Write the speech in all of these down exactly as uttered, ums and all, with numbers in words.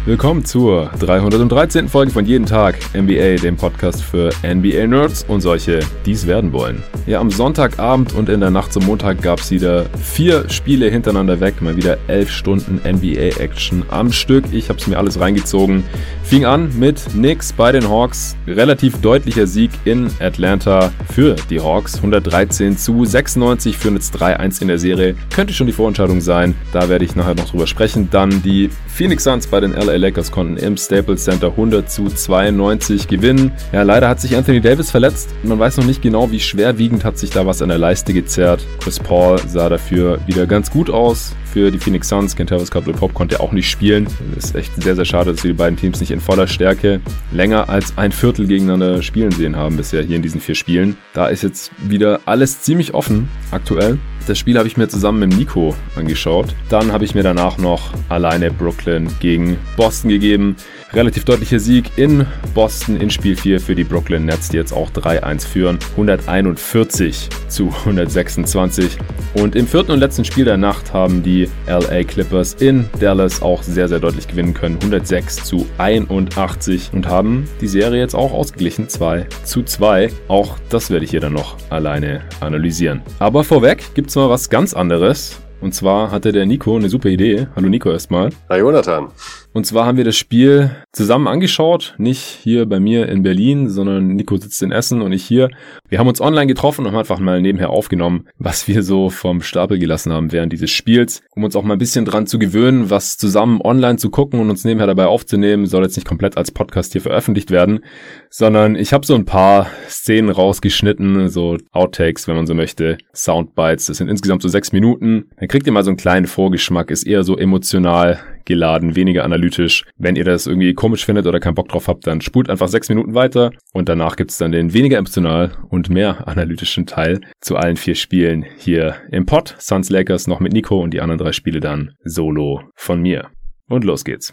Willkommen zur dreihundertdreizehnten Folge von Jeden Tag N B A, dem Podcast für N B A-Nerds und solche, die es werden wollen. Ja, am Sonntagabend und in der Nacht zum Montag gab es wieder vier Spiele hintereinander weg, mal wieder elf Stunden N B A-Action am Stück. Ich habe es mir alles reingezogen. Fing an mit Knicks bei den Hawks. Relativ deutlicher Sieg in Atlanta für die Hawks. hundertdreizehn zu sechsundneunzig führen jetzt drei eins in der Serie. Könnte schon die Vorentscheidung sein. Da werde ich nachher noch drüber sprechen. Dann die Phoenix Suns bei den L A Lakers konnten im Staples Center hundert zu zweiundneunzig gewinnen. Ja, leider hat sich Anthony Davis verletzt. Man weiß noch nicht genau, wie schwerwiegend hat sich da was an der Leiste gezerrt. Chris Paul sah dafür wieder ganz gut aus. Für die Phoenix Suns, Kentavious Caldwell-Pope konnte auch nicht spielen. Das ist echt sehr, sehr schade, dass wir die beiden Teams nicht in voller Stärke länger als ein Viertel gegeneinander spielen sehen haben bisher hier in diesen vier Spielen. Da ist jetzt wieder alles ziemlich offen aktuell. Das Spiel habe ich mir zusammen mit Nico angeschaut. Dann habe ich mir danach noch alleine Brooklyn gegen Boston gegeben. Relativ deutlicher Sieg in Boston in Spiel vier für die Brooklyn Nets, die jetzt auch drei eins führen. hunderteinundvierzig zu hundertsechsundzwanzig. Und im vierten und letzten Spiel der Nacht haben die L A Clippers in Dallas auch sehr, sehr deutlich gewinnen können. hundertsechs zu einundachtzig und haben die Serie jetzt auch ausgeglichen. zwei zu zwei. Auch das werde ich hier dann noch alleine analysieren. Aber vorweg gibt es mal was ganz anderes. Und zwar hatte der Nico eine super Idee. Hallo Nico erstmal. Hi Jonathan. Und zwar haben wir das Spiel zusammen angeschaut, nicht hier bei mir in Berlin, sondern Nico sitzt in Essen und ich hier. Wir haben uns online getroffen und haben einfach mal nebenher aufgenommen, was wir so vom Stapel gelassen haben während dieses Spiels, um uns auch mal ein bisschen dran zu gewöhnen, was zusammen online zu gucken und uns nebenher dabei aufzunehmen. Soll jetzt nicht komplett als Podcast hier veröffentlicht werden, sondern ich habe so ein paar Szenen rausgeschnitten, so Outtakes, wenn man so möchte, Soundbites. Das sind insgesamt so sechs Minuten. Dann kriegt ihr mal so einen kleinen Vorgeschmack, ist eher so emotional geladen, weniger analytisch. Wenn ihr das irgendwie komisch findet oder keinen Bock drauf habt, dann spult einfach sechs Minuten weiter und danach gibt's dann den weniger emotional und mehr analytischen Teil zu allen vier Spielen hier im Pod. Suns Lakers noch mit Nico und die anderen drei Spiele dann solo von mir. Und los geht's.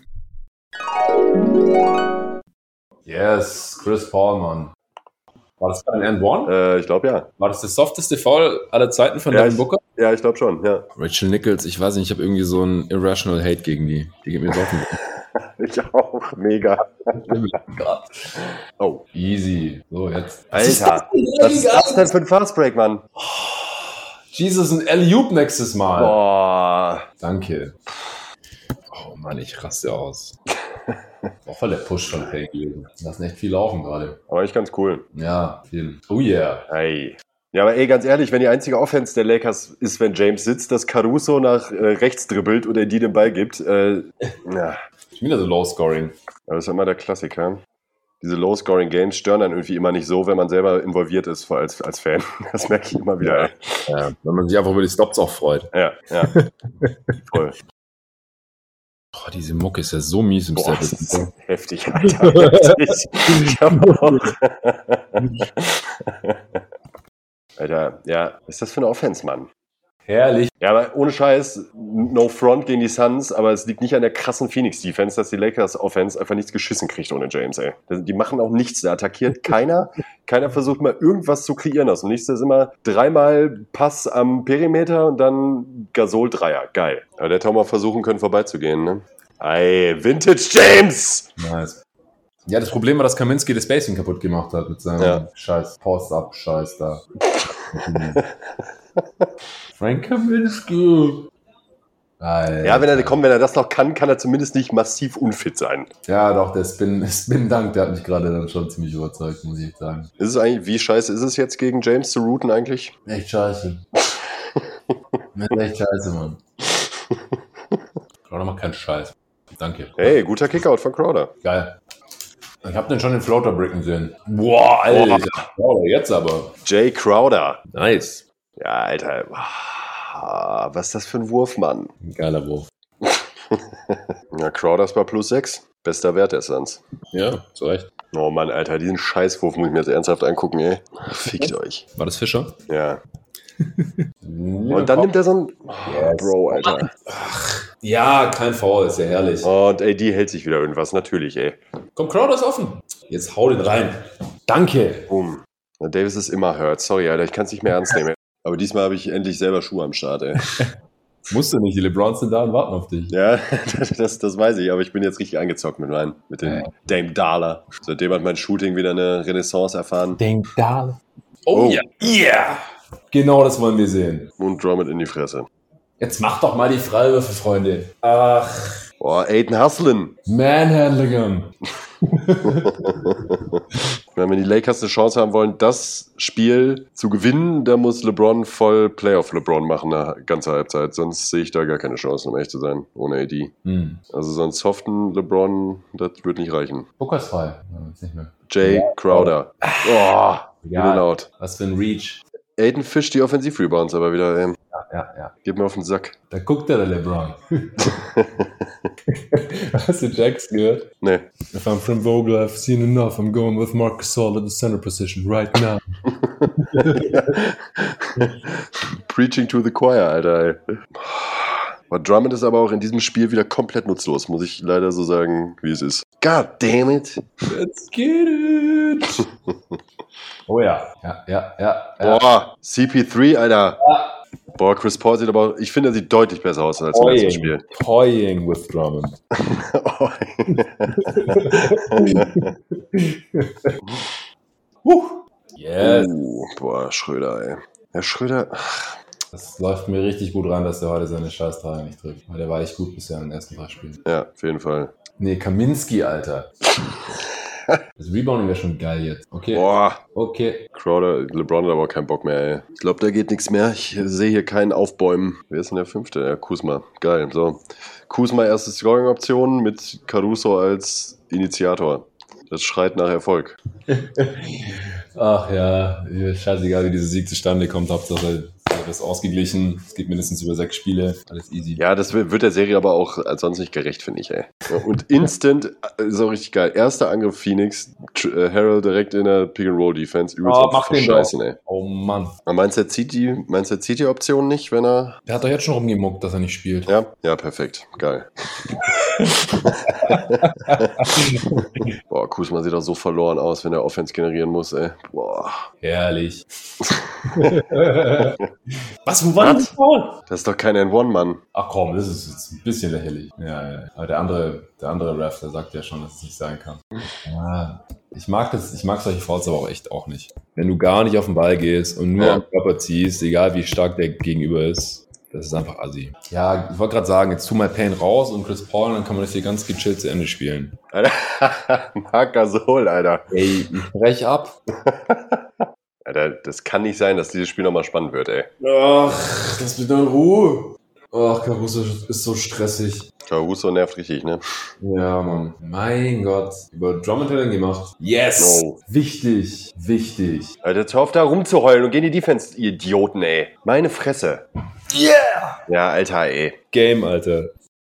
Yes, Chris Paul, Mann. War das gerade ein and one? Äh, ich glaube ja. War das das softeste Foul aller Zeiten von ja, Devin ich, Booker? Ja, ich glaube schon, ja. Rachel Nichols, ich weiß nicht, ich habe irgendwie so einen irrational Hate gegen die. Die geht mir so auf den Ich auch, mega. Oh, easy. So, jetzt. Alter, was ist das denn für ein Fastbreak, Mann? Jesus, ein Alley-Oop nächstes Mal. Boah. Danke. Oh Mann, ich raste aus. Auch voll der Push von Pay gewesen. Lassen echt viel laufen gerade. Aber echt ganz cool. Ja, viel. Oh yeah. Hey. Ja, aber ey, ganz ehrlich, wenn die einzige Offense der Lakers ist, wenn James sitzt, dass Caruso nach äh, rechts dribbelt oder die den Ball gibt, äh, ja. Schon wieder so Low-Scoring. Aber das ist immer der Klassiker. Diese Low-Scoring-Games stören dann irgendwie immer nicht so, wenn man selber involviert ist als, als Fan. Das merke ich immer wieder. Ja, ja, wenn man sich einfach über die Stops auch freut. Ja, ja. Voll. Boah, diese Mucke ist ja so mies im Boah, Step. das ist heftig, Alter. Heftig. Ich hab auch. Alter, ja, was ist das für eine Offense, Mann? Herrlich. Ja, aber ohne Scheiß, no front gegen die Suns, aber es liegt nicht an der krassen Phoenix-Defense, dass die Lakers-Offense einfach nichts geschissen kriegt ohne James, ey. Die machen auch nichts, da attackiert keiner. Keiner versucht mal irgendwas zu kreieren aus dem Nichts. Das ist immer dreimal Pass am Perimeter und dann Gasol-Dreier. Geil. Aber der hätte auch mal versuchen können, vorbeizugehen, ne? Ey, Vintage James! Nice. Ja, das Problem war, dass Kaminski das Spacing kaputt gemacht hat mit seinem ja. scheiß Post-Up-Scheiß da. Frank Kaminski. Alter. Ja, wenn er, komm, wenn er das noch kann, kann er zumindest nicht massiv unfit sein. Ja, doch, der Spin, Spin-Dunk, der hat mich gerade dann schon ziemlich überzeugt, muss ich sagen. Ist es eigentlich, wie scheiße ist es jetzt gegen James zu routen eigentlich? Echt scheiße. Echt scheiße, Mann. Crowder macht keinen Scheiß. Danke. Hey, guter Kickout von Crowder. Geil. Ich hab den schon den Floater bricken sehen. Boah, Alter. Crowder, jetzt aber. Jay Crowder. Nice. Ja, Alter. Was ist das für ein Wurf, Mann? Ein geiler Wurf. Ja, Crowder ist bei plus sechs. Bester Wert der Suns. Ja, zu Recht. Oh Mann, Alter, diesen Scheißwurf muss ich mir jetzt ernsthaft angucken, ey. Fickt euch. War das Fischer? Ja. Und dann nimmt er so ein... Oh, yes. Bro, Alter. Ach, ja, kein Foul, ist ja herrlich. Und A D hält sich wieder irgendwas, natürlich, ey. Komm, Crowder ist offen. Jetzt hau den rein. Danke. Boom. Davis ist immer hurt. Sorry, Alter, ich kann es nicht mehr ernst nehmen. Aber diesmal habe ich endlich selber Schuhe am Start, ey. Musst du nicht, die LeBrons sind da und warten auf dich. Ja, das, das weiß ich, aber ich bin jetzt richtig angezockt mit meinen, mit dem Ja. Dame Dollar. Seitdem hat mein Shooting wieder eine Renaissance erfahren. Dame Dollar. Oh, ja. Oh. Yeah. Genau das wollen wir sehen. Und Drummond in die Fresse. Jetzt mach doch mal die Freiwürfe, Freunde. Ach. Boah, Aiden Hustlin. Manhandling. Wenn die Lakers eine Chance haben wollen, das Spiel zu gewinnen, da muss LeBron voll Playoff-LeBron machen, eine ganze Halbzeit. Sonst sehe ich da gar keine Chance, um ehrlich zu sein, ohne A D. Hm. Also so einen soften LeBron, das wird nicht reichen. Booker ist frei. Ja, jetzt nicht mehr. Jay Crowder. Oh, Ja, laut. was für ein Reach. Aiden fischt die Offensiv-Rebounds aber wieder. Ey. Ja, ja, ja. Gib mir auf den Sack. Da guckt der, der LeBron. Hast du Jax gehört? Nee. If I'm from Vogel, I've seen enough. I'm going with Marc Gasol at the center position right now. Preaching to the choir, Alter. Ey. Aber Drummond ist aber auch in diesem Spiel wieder komplett nutzlos, muss ich leider so sagen, wie es ist. God damn it. Let's get it. Oh ja. Ja, ja, ja. ja. Boah, C P drei, Alter. Ja. Boah, Chris Paul sieht aber, ich finde, er sieht deutlich besser aus als im letzten Spiel. Toying with Drummond. uh. Yes. Uh, boah, Schröder, ey. Herr Schröder. Das läuft mir richtig gut ran, dass der heute seine Scheißdreier nicht trifft. Weil der war echt gut bisher in den ersten drei Spielen. Ja, auf jeden Fall. Nee, Kaminski, Alter. Das Rebounding wäre schon geil jetzt. Okay. Boah. Okay. Crowder, LeBron hat aber keinen Bock mehr, ey. Ich glaube, da geht nichts mehr. Ich sehe hier keinen Aufbäumen. Wer ist denn der Fünfte? Ja, Kuzma. Geil. So. Kuzma erste Scoring-Option mit Caruso als Initiator. Das schreit nach Erfolg. Ach ja, scheißegal, wie dieser Sieg zustande kommt. Hauptsache, das ist ausgeglichen. Es geht mindestens über sechs Spiele. Alles easy. Ja, das wird der Serie aber auch als sonst nicht gerecht, finde ich, ey. Und instant, ist auch richtig geil. Erster Angriff Phoenix, Harold direkt in der Pick-and-Roll-Defense. Übelst Oh, mach den verscheißen, ey. Oh Mann. Meinst du, er zieht die, meinst du, er zieht die Option nicht, wenn er... Der hat doch jetzt schon rumgemuckt, dass er nicht spielt. Ja? Ja, perfekt. Geil. Boah, Kuzma sieht doch so verloren aus, wenn er Offense generieren muss, ey. Boah. Herrlich. Was, wo war das? Das ist doch kein N eins, Mann. Ach komm, das ist jetzt ein bisschen lächerlich. Ja, ja. Aber der andere, der andere Ref, der sagt ja schon, dass es nicht sein kann. Ja, ich mag das, ich mag solche Fouls aber auch echt auch nicht. Wenn du gar nicht auf den Ball gehst und nur Ja. am Körper ziehst, egal wie stark der Gegenüber ist, das ist einfach assi. Ja, ich wollte gerade sagen, jetzt tu mal Payne raus und Chris Paul, dann kann man das hier ganz gechillt zu Ende spielen. Alter, Marc Gasol, Alter. Ey, ich brech ab. Alter, das kann nicht sein, dass dieses Spiel nochmal spannend wird, ey. Ach, lass mich doch in Ruhe. Ach, Caruso ist so stressig. Caruso nervt richtig, ne? Ja, Mann. Mein Gott. Über Drummond hat er gemacht. Yes! No. Wichtig, wichtig. Alter, hör auf da rumzuheulen und geh in die Defense, ihr Idioten, ey. Meine Fresse. Yeah! Ja, Alter, ey. Game, Alter.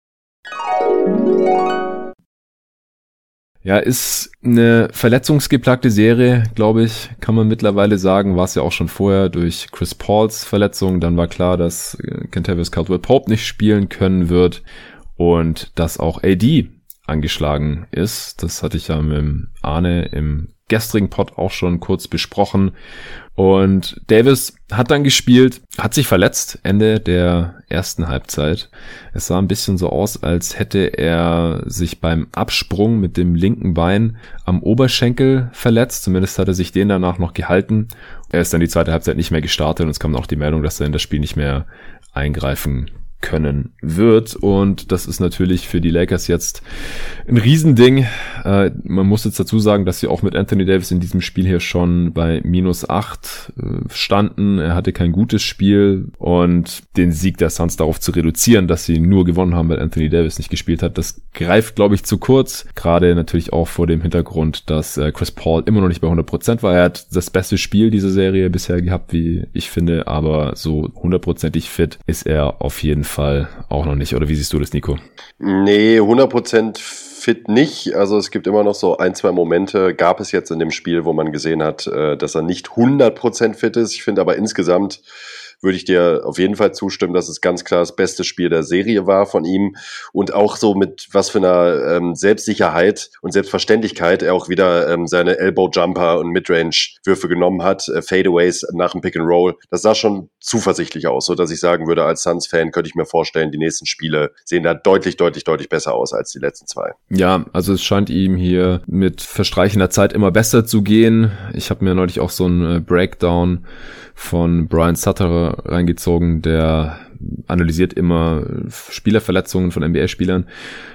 Ja, ist eine verletzungsgeplagte Serie, glaube ich, kann man mittlerweile sagen. War es ja auch schon vorher durch Chris Pauls Verletzung. Dann war klar, dass Kentavious Caldwell-Pope nicht spielen können wird und dass auch A D angeschlagen ist. Das hatte ich ja mit Arne im gestrigen Pod auch schon kurz besprochen. Und Davis hat dann gespielt, hat sich verletzt Ende der ersten Halbzeit. Es sah ein bisschen so aus, als hätte er sich beim Absprung mit dem linken Bein am Oberschenkel verletzt. Zumindest hat er sich den danach noch gehalten. Er ist dann die zweite Halbzeit nicht mehr gestartet und es kam auch die Meldung, dass er in das Spiel nicht mehr eingreifen können wird. Und das ist natürlich für die Lakers jetzt ein Riesending. Äh, man muss jetzt dazu sagen, dass sie auch mit Anthony Davis in diesem Spiel hier schon bei minus acht äh, standen. Er hatte kein gutes Spiel und den Sieg der Suns darauf zu reduzieren, dass sie nur gewonnen haben, weil Anthony Davis nicht gespielt hat, das greift, glaube ich, zu kurz. Gerade natürlich auch vor dem Hintergrund, dass äh, Chris Paul immer noch nicht bei hundert Prozent war. Er hat das beste Spiel dieser Serie bisher gehabt, wie ich finde, aber so hundertprozentig fit ist er auf jeden Fall Fall auch noch nicht. Oder wie siehst du das, Nico? Nee, hundert Prozent fit nicht. Also es gibt immer noch so ein, zwei Momente, gab es jetzt in dem Spiel, wo man gesehen hat, dass er nicht hundert Prozent fit ist. Ich finde aber insgesamt würde ich dir auf jeden Fall zustimmen, dass es ganz klar das beste Spiel der Serie war von ihm und auch so mit was für einer ähm, Selbstsicherheit und Selbstverständlichkeit er auch wieder ähm, seine Elbow-Jumper und Midrange-Würfe genommen hat, äh, Fadeaways nach dem Pick-and-Roll. Das sah schon zuversichtlich aus, so dass ich sagen würde, als Suns-Fan könnte ich mir vorstellen, die nächsten Spiele sehen da deutlich, deutlich, deutlich besser aus als die letzten zwei. Ja, also es scheint ihm hier mit verstreichender Zeit immer besser zu gehen. Ich habe mir neulich auch so einen Breakdown von Brian Sutter reingezogen, der analysiert immer Spielerverletzungen von N B A-Spielern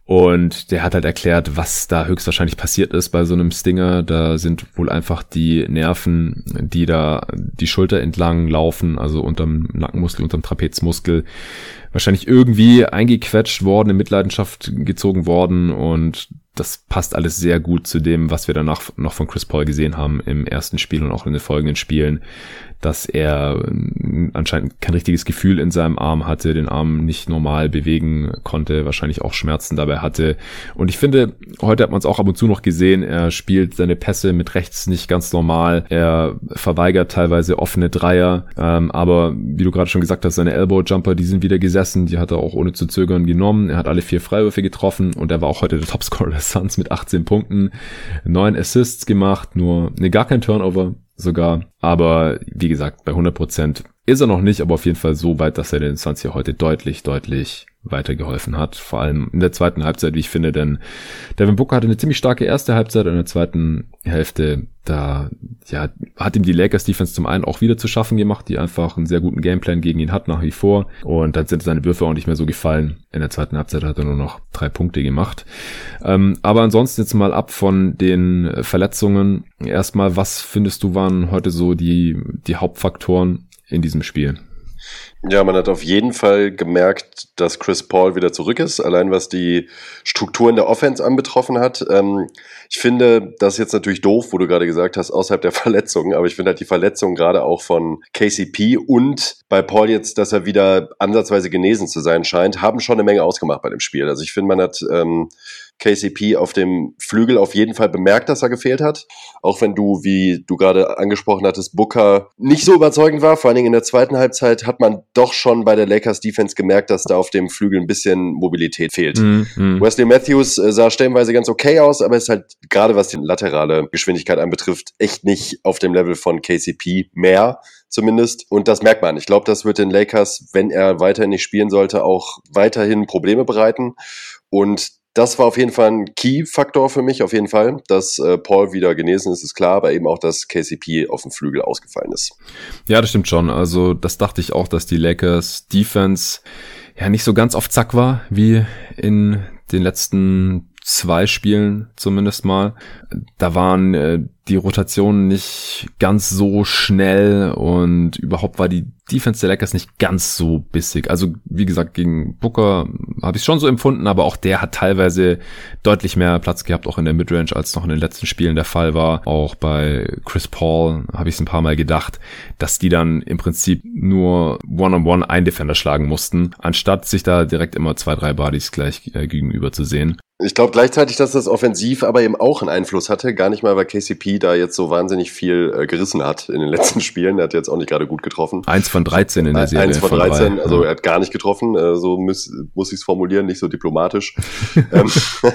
und der hat halt erklärt, was da höchstwahrscheinlich passiert ist bei so einem Stinger. Da sind wohl einfach die Nerven, die da die Schulter entlang laufen, also unterm Nackenmuskel, unterm Trapezmuskel, wahrscheinlich irgendwie eingequetscht worden, in Mitleidenschaft gezogen worden und das passt alles sehr gut zu dem, was wir danach noch von Chris Paul gesehen haben im ersten Spiel und auch in den folgenden Spielen, dass er anscheinend kein richtiges Gefühl in seinem Arm hatte, den Arm nicht normal bewegen konnte, wahrscheinlich auch Schmerzen dabei hatte. Und ich finde, heute hat man es auch ab und zu noch gesehen, er spielt seine Pässe mit rechts nicht ganz normal, er verweigert teilweise offene Dreier, ähm, aber wie du gerade schon gesagt hast, seine Elbow-Jumper, die sind wieder gesessen, die hat er auch ohne zu zögern genommen, er hat alle vier Freiwürfe getroffen und er war auch heute der Topscorer des Suns mit achtzehn Punkten, neun Assists gemacht, nur, ne, gar kein Turnover sogar, aber wie gesagt, bei hundert Prozent ist er noch nicht, aber auf jeden Fall so weit, dass er den Suns hier heute deutlich, deutlich weitergeholfen hat, vor allem in der zweiten Halbzeit, wie ich finde, denn Devin Booker hatte eine ziemlich starke erste Halbzeit und in der zweiten Hälfte, da ja hat ihm die Lakers-Defense zum einen auch wieder zu schaffen gemacht, die einfach einen sehr guten Gameplan gegen ihn hat nach wie vor und dann sind seine Würfe auch nicht mehr so gefallen. In der zweiten Halbzeit hat er nur noch drei Punkte gemacht. Ähm, aber ansonsten jetzt mal ab von den Verletzungen. Erstmal, was findest du waren heute so die die Hauptfaktoren in diesem Spiel? Ja, man hat auf jeden Fall gemerkt, dass Chris Paul wieder zurück ist, allein was die Strukturen der Offense anbetroffen hat. Ähm, ich finde, das ist jetzt natürlich doof, wo du gerade gesagt hast, außerhalb der Verletzungen, aber ich finde halt die Verletzungen gerade auch von K C P und bei Paul jetzt, dass er wieder ansatzweise genesen zu sein scheint, haben schon eine Menge ausgemacht bei dem Spiel. Also ich finde, man hat ähm, K C P auf dem Flügel auf jeden Fall bemerkt, dass er gefehlt hat. Auch wenn du, wie du gerade angesprochen hattest, Booker nicht so überzeugend war. Vor allen Dingen in der zweiten Halbzeit hat man doch schon bei der Lakers Defense gemerkt, dass da auf dem Flügel ein bisschen Mobilität fehlt. Mm-hmm. Wesley Matthews äh, sah stellenweise ganz okay aus, aber ist halt gerade was die laterale Geschwindigkeit anbetrifft, echt nicht auf dem Level von K C P mehr. Zumindest. Und das merkt man. Ich glaube, das wird den Lakers, wenn er weiterhin nicht spielen sollte, auch weiterhin Probleme bereiten. Und das war auf jeden Fall ein Key-Faktor für mich, auf jeden Fall. Dass äh, Paul wieder genesen ist, ist klar, aber eben auch, dass K C P auf dem Flügel ausgefallen ist. Ja, das stimmt schon. Also das dachte ich auch, dass die Lakers Defense ja nicht so ganz auf Zack war, wie in den letzten zwei Spielen zumindest mal. Da waren äh, die Rotationen nicht ganz so schnell und überhaupt war die Defense der Lakers nicht ganz so bissig. Also wie gesagt, gegen Booker habe ich es schon so empfunden, aber auch der hat teilweise deutlich mehr Platz gehabt, auch in der Midrange, als noch in den letzten Spielen der Fall war. Auch bei Chris Paul habe ich es ein paar Mal gedacht, dass die dann im Prinzip nur One-on-One einen Defender schlagen mussten, anstatt sich da direkt immer zwei, drei Bodies gleich äh, gegenüber zu sehen. Ich glaube gleichzeitig, dass das offensiv aber eben auch einen Einfluss hatte. Gar nicht mal, weil K C P da jetzt so wahnsinnig viel äh, gerissen hat in den letzten Spielen. Er hat jetzt auch nicht gerade gut getroffen. Eins von dreizehn in der Serie. Eins von dreizehn, von also er hat gar nicht getroffen. Äh, so muss, muss ich es formulieren, nicht so diplomatisch. ähm,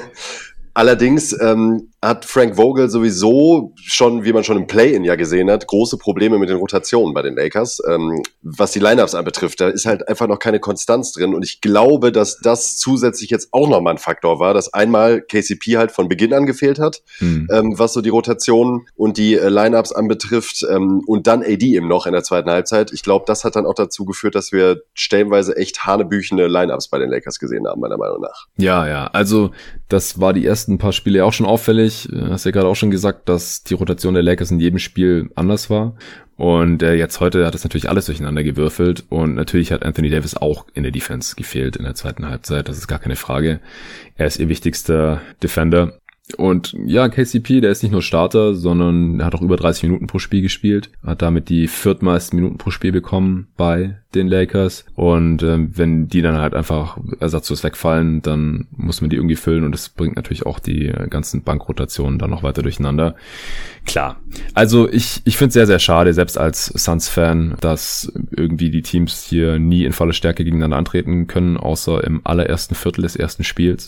Allerdings ähm, hat Frank Vogel sowieso schon, wie man schon im Play-In ja gesehen hat, große Probleme mit den Rotationen bei den Lakers. Ähm, was die Lineups anbetrifft, da ist halt einfach noch keine Konstanz drin. Und ich glaube, dass das zusätzlich jetzt auch nochmal ein Faktor war, dass einmal K C P halt von Beginn an gefehlt hat, hm. ähm, was so die Rotationen und die äh, Lineups anbetrifft. Ähm, und dann A D eben noch in der zweiten Halbzeit. Ich glaube, das hat dann auch dazu geführt, dass wir stellenweise echt hanebüchene Lineups bei den Lakers gesehen haben, meiner Meinung nach. Ja, ja, also das war die ersten ein paar Spiele auch schon auffällig. Hast ja gerade auch schon gesagt, dass die Rotation der Lakers in jedem Spiel anders war. Und äh, jetzt heute hat es natürlich alles durcheinander gewürfelt. Und natürlich hat Anthony Davis auch in der Defense gefehlt in der zweiten Halbzeit. Das ist gar keine Frage. Er ist ihr wichtigster Defender. Und ja, K C P, der ist nicht nur Starter, sondern er hat auch über dreißig Minuten pro Spiel gespielt, hat damit die viertmeisten Minuten pro Spiel bekommen bei den Lakers. Und ähm, wenn die dann halt einfach ersatzlos wegfallen, dann muss man die irgendwie füllen und das bringt natürlich auch die ganzen Bankrotationen dann noch weiter durcheinander. Klar, also ich ich finde es sehr, sehr schade, selbst als Suns-Fan, dass irgendwie die Teams hier nie in voller Stärke gegeneinander antreten können, außer im allerersten Viertel des ersten Spiels.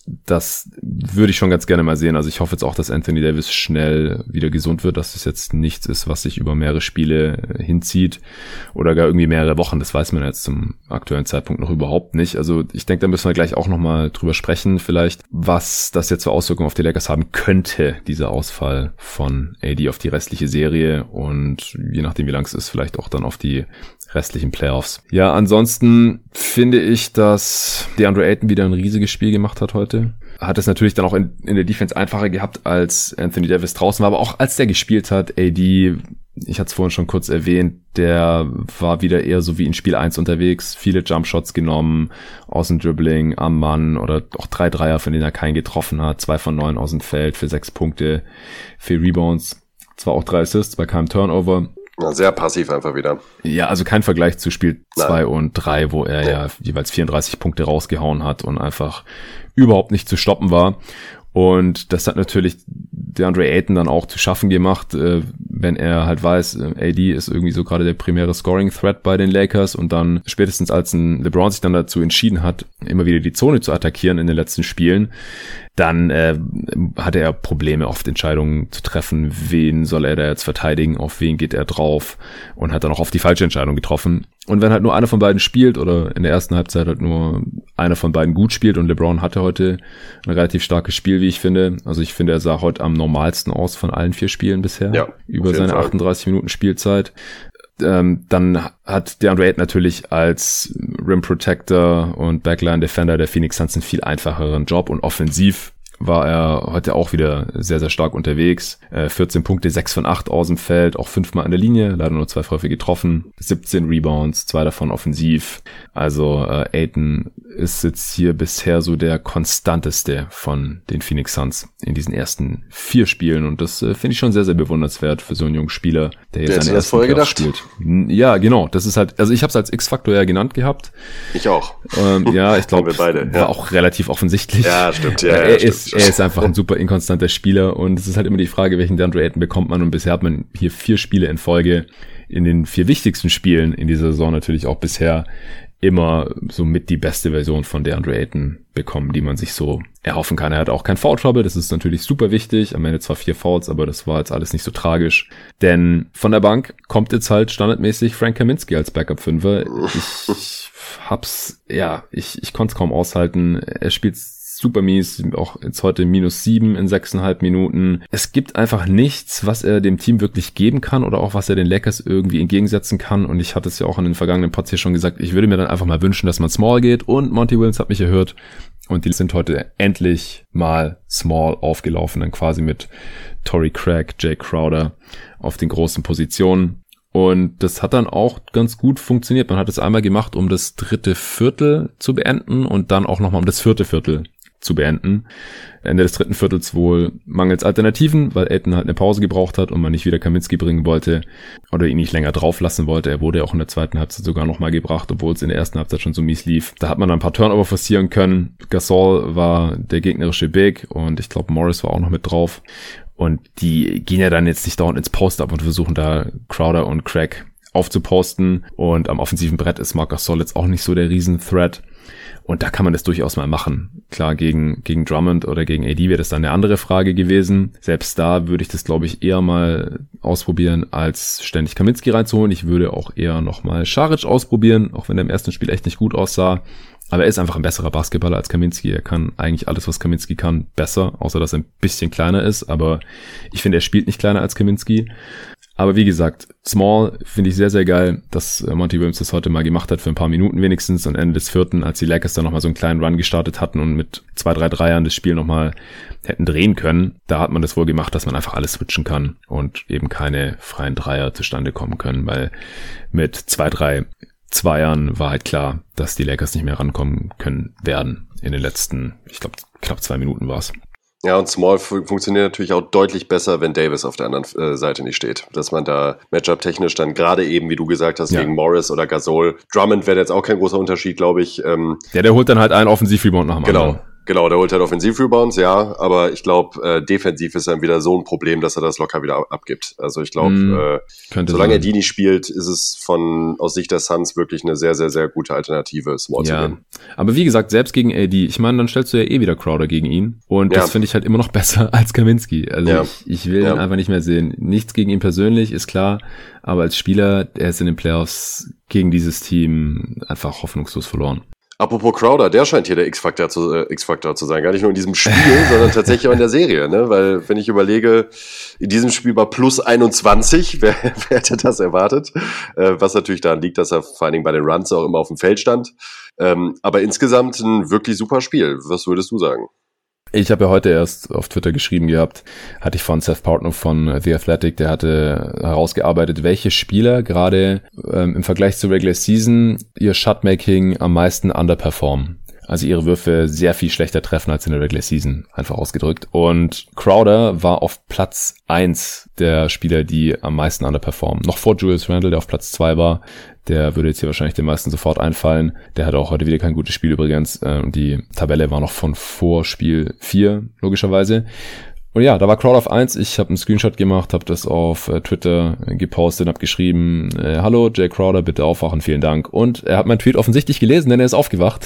Das würde ich schon ganz gerne mal sehen. Also ich hoffe jetzt auch, dass Anthony Davis schnell wieder gesund wird, dass das jetzt nichts ist, was sich über mehrere Spiele hinzieht oder gar irgendwie mehrere Wochen. Das weiß man jetzt zum aktuellen Zeitpunkt noch überhaupt nicht. Also ich denke, da müssen wir gleich auch nochmal drüber sprechen vielleicht, was das jetzt für Auswirkungen auf die Lakers haben könnte, dieser Ausfall von A D auf die restliche Serie und je nachdem, wie lang es ist, vielleicht auch dann auf die restlichen Playoffs. Ja, ansonsten finde ich, dass DeAndre Ayton wieder ein riesiges Spiel gemacht hat heute. Hat es natürlich dann auch in, in der Defense einfacher gehabt, als Anthony Davis draußen war, aber auch als der gespielt hat, A D, ich hatte es vorhin schon kurz erwähnt, der war wieder eher so wie in Spiel eins unterwegs, viele Jumpshots genommen, aus dem Dribbling, am Mann oder auch drei Dreier, von denen er keinen getroffen hat, zwei von neun aus dem Feld für sechs Punkte, vier Rebounds, zwar auch drei Assists bei keinem Turnover. Ja, sehr passiv einfach wieder. Ja, also kein Vergleich zu Spiel zwei und drei, wo er ja. ja jeweils vierunddreißig Punkte rausgehauen hat und einfach überhaupt nicht zu stoppen war. Und das hat natürlich DeAndre Ayton dann auch zu schaffen gemacht, äh, wenn er halt weiß, äh, A D ist irgendwie so gerade der primäre Scoring-Threat bei den Lakers und dann spätestens als ein LeBron sich dann dazu entschieden hat, immer wieder die Zone zu attackieren in den letzten Spielen, dann äh, hatte er Probleme, oft Entscheidungen zu treffen, wen soll er da jetzt verteidigen, auf wen geht er drauf und hat dann auch auf die falsche Entscheidung getroffen. Und wenn halt nur einer von beiden spielt oder in der ersten Halbzeit halt nur einer von beiden gut spielt und LeBron hatte heute ein relativ starkes Spiel, wie ich finde. Also ich finde, er sah heute am normalsten aus von allen vier Spielen bisher, ja, über seine Fall. achtunddreißig Minuten Spielzeit. Ähm, dann hat DeAndre Ayton natürlich als Rim Protector und Backline Defender der Phoenix Suns einen viel einfacheren Job und offensiv war er heute auch wieder sehr, sehr stark unterwegs. Äh, vierzehn Punkte, sechs von acht aus dem Feld, auch fünfmal an der Linie, leider nur zwei Würfe getroffen, siebzehn Rebounds, zwei davon offensiv. Also äh, Ayton ist jetzt hier bisher so der konstanteste von den Phoenix Suns in diesen ersten vier Spielen und das äh, finde ich schon sehr, sehr bewundernswert für so einen jungen Spieler, der jetzt der seine ersten Playoffs spielt. Ja, genau, das ist halt, also ich habe es als X-Faktor ja genannt gehabt. Ich auch. Ähm, ja, ich glaube, war ja. auch relativ offensichtlich. Ja, stimmt. Ja, er, ja, ist, stimmt. er ist einfach ein super inkonstanter Spieler und es ist halt immer die Frage, welchen DeAndre Ayton bekommt man und bisher hat man hier vier Spiele in Folge in den vier wichtigsten Spielen in dieser Saison natürlich auch bisher immer so mit die beste Version von DeAndre Ayton bekommen, die man sich so erhoffen kann. Er hat auch kein Foul Trouble, das ist natürlich super wichtig. Am Ende zwar vier Fouls, aber das war jetzt alles nicht so tragisch. Denn von der Bank kommt jetzt halt standardmäßig Frank Kaminsky als Backup-Fünfer. Ich, ich hab's, ja, ich, ich konnte es kaum aushalten. Er spielt super mies, auch jetzt heute minus sieben in sechseinhalb Minuten. Es gibt einfach nichts, was er dem Team wirklich geben kann oder auch was er den Lakers irgendwie entgegensetzen kann. Und ich hatte es ja auch in den vergangenen Pods hier schon gesagt, ich würde mir dann einfach mal wünschen, dass man Small geht und Monty Williams hat mich erhört. Und die sind heute endlich mal Small aufgelaufen, dann quasi mit Torrey Craig, Jay Crowder auf den großen Positionen. Und das hat dann auch ganz gut funktioniert. Man hat es einmal gemacht, um das dritte Viertel zu beenden und dann auch nochmal um das vierte Viertel zu beenden. Ende des dritten Viertels wohl mangels Alternativen, weil Ayton halt eine Pause gebraucht hat und man nicht wieder Kaminsky bringen wollte oder ihn nicht länger drauf lassen wollte. Er wurde ja auch in der zweiten Halbzeit sogar nochmal gebracht, obwohl es in der ersten Halbzeit schon so mies lief. Da hat man dann ein paar Turnover forcieren können. Gasol war der gegnerische Big und ich glaube Morris war auch noch mit drauf. Und die gehen ja dann jetzt nicht dauernd ins Post-Up und versuchen da Crowder und Craig aufzuposten. Und am offensiven Brett ist Marc Gasol jetzt auch nicht so der Riesen-Threat. Und da kann man das durchaus mal machen. Klar, gegen gegen Drummond oder gegen A D wäre das dann eine andere Frage gewesen. Selbst da würde ich das, glaube ich, eher mal ausprobieren, als ständig Kaminsky reinzuholen. Ich würde auch eher nochmal Šarić ausprobieren, auch wenn der im ersten Spiel echt nicht gut aussah. Aber er ist einfach ein besserer Basketballer als Kaminsky. Er kann eigentlich alles, was Kaminsky kann, besser, außer dass er ein bisschen kleiner ist. Aber ich finde, er spielt nicht kleiner als Kaminsky. Aber wie gesagt, Small finde ich sehr, sehr geil, dass Monty Williams das heute mal gemacht hat für ein paar Minuten wenigstens. Und Ende des vierten, als die Lakers dann nochmal so einen kleinen Run gestartet hatten und mit zwei, drei Dreiern das Spiel nochmal hätten drehen können, da hat man das wohl gemacht, dass man einfach alles switchen kann und eben keine freien Dreier zustande kommen können, weil mit zwei, drei Zweiern war halt klar, dass die Lakers nicht mehr rankommen können werden in den letzten, ich glaube, knapp zwei Minuten war es. Ja, und Small fu- funktioniert natürlich auch deutlich besser, wenn Davis auf der anderen äh, Seite nicht steht. Dass man da Matchup-technisch dann gerade eben, wie du gesagt hast, ja. gegen Morris oder Gasol. Drummond wäre jetzt auch kein großer Unterschied, glaube ich. Ähm, ja, der holt dann halt einen Offensiv-Rebound nach dem genau. anderen. Genau, der holt halt Offensiv-Rebounds, ja, aber ich glaube, äh, defensiv ist dann wieder so ein Problem, dass er das locker wieder ab- abgibt. Also ich glaube, mm, äh, solange sein. er die nicht spielt, ist es von aus Sicht der Suns wirklich eine sehr, sehr, sehr gute Alternative, Small ja. zu gehen. Aber wie gesagt, selbst gegen A D, ich meine, dann stellst du ja eh wieder Crowder gegen ihn und ja. das finde ich halt immer noch besser als Kaminski. Also ja. ich, ich will ja. ihn einfach nicht mehr sehen. Nichts gegen ihn persönlich, ist klar, aber als Spieler, er ist in den Playoffs gegen dieses Team einfach hoffnungslos verloren. Apropos Crowder, der scheint hier der X-Faktor zu, äh, X-Faktor zu sein. Gar nicht nur in diesem Spiel, sondern tatsächlich auch in der Serie. Ne? Weil, wenn ich überlege, in diesem Spiel war plus einundzwanzig, wer, wer hätte das erwartet? Äh, was natürlich daran liegt, dass er vor allen Dingen bei den Runs auch immer auf dem Feld stand. Ähm, aber insgesamt ein wirklich super Spiel. Was würdest du sagen? Ich habe ja heute erst auf Twitter geschrieben gehabt, hatte ich von Seth Partnow von The Athletic, der hatte herausgearbeitet, welche Spieler gerade ähm, im Vergleich zur Regular Season ihr Shotmaking am meisten underperformen. Also ihre Würfe sehr viel schlechter treffen als in der Regular Season, einfach ausgedrückt. Und Crowder war auf Platz eins der Spieler, die am meisten underperformen. Noch vor Julius Randle, der auf Platz zwei war. Der würde jetzt hier wahrscheinlich den meisten sofort einfallen. Der hatte auch heute wieder kein gutes Spiel übrigens. Und die Tabelle war noch von vor Spiel vier, logischerweise. Und ja, da war Crowder auf eins. Ich habe einen Screenshot gemacht, habe das auf äh, Twitter gepostet, habe geschrieben, äh, hallo Jay Crowder, bitte aufwachen, vielen Dank. Und er hat meinen Tweet offensichtlich gelesen, denn er ist aufgewacht.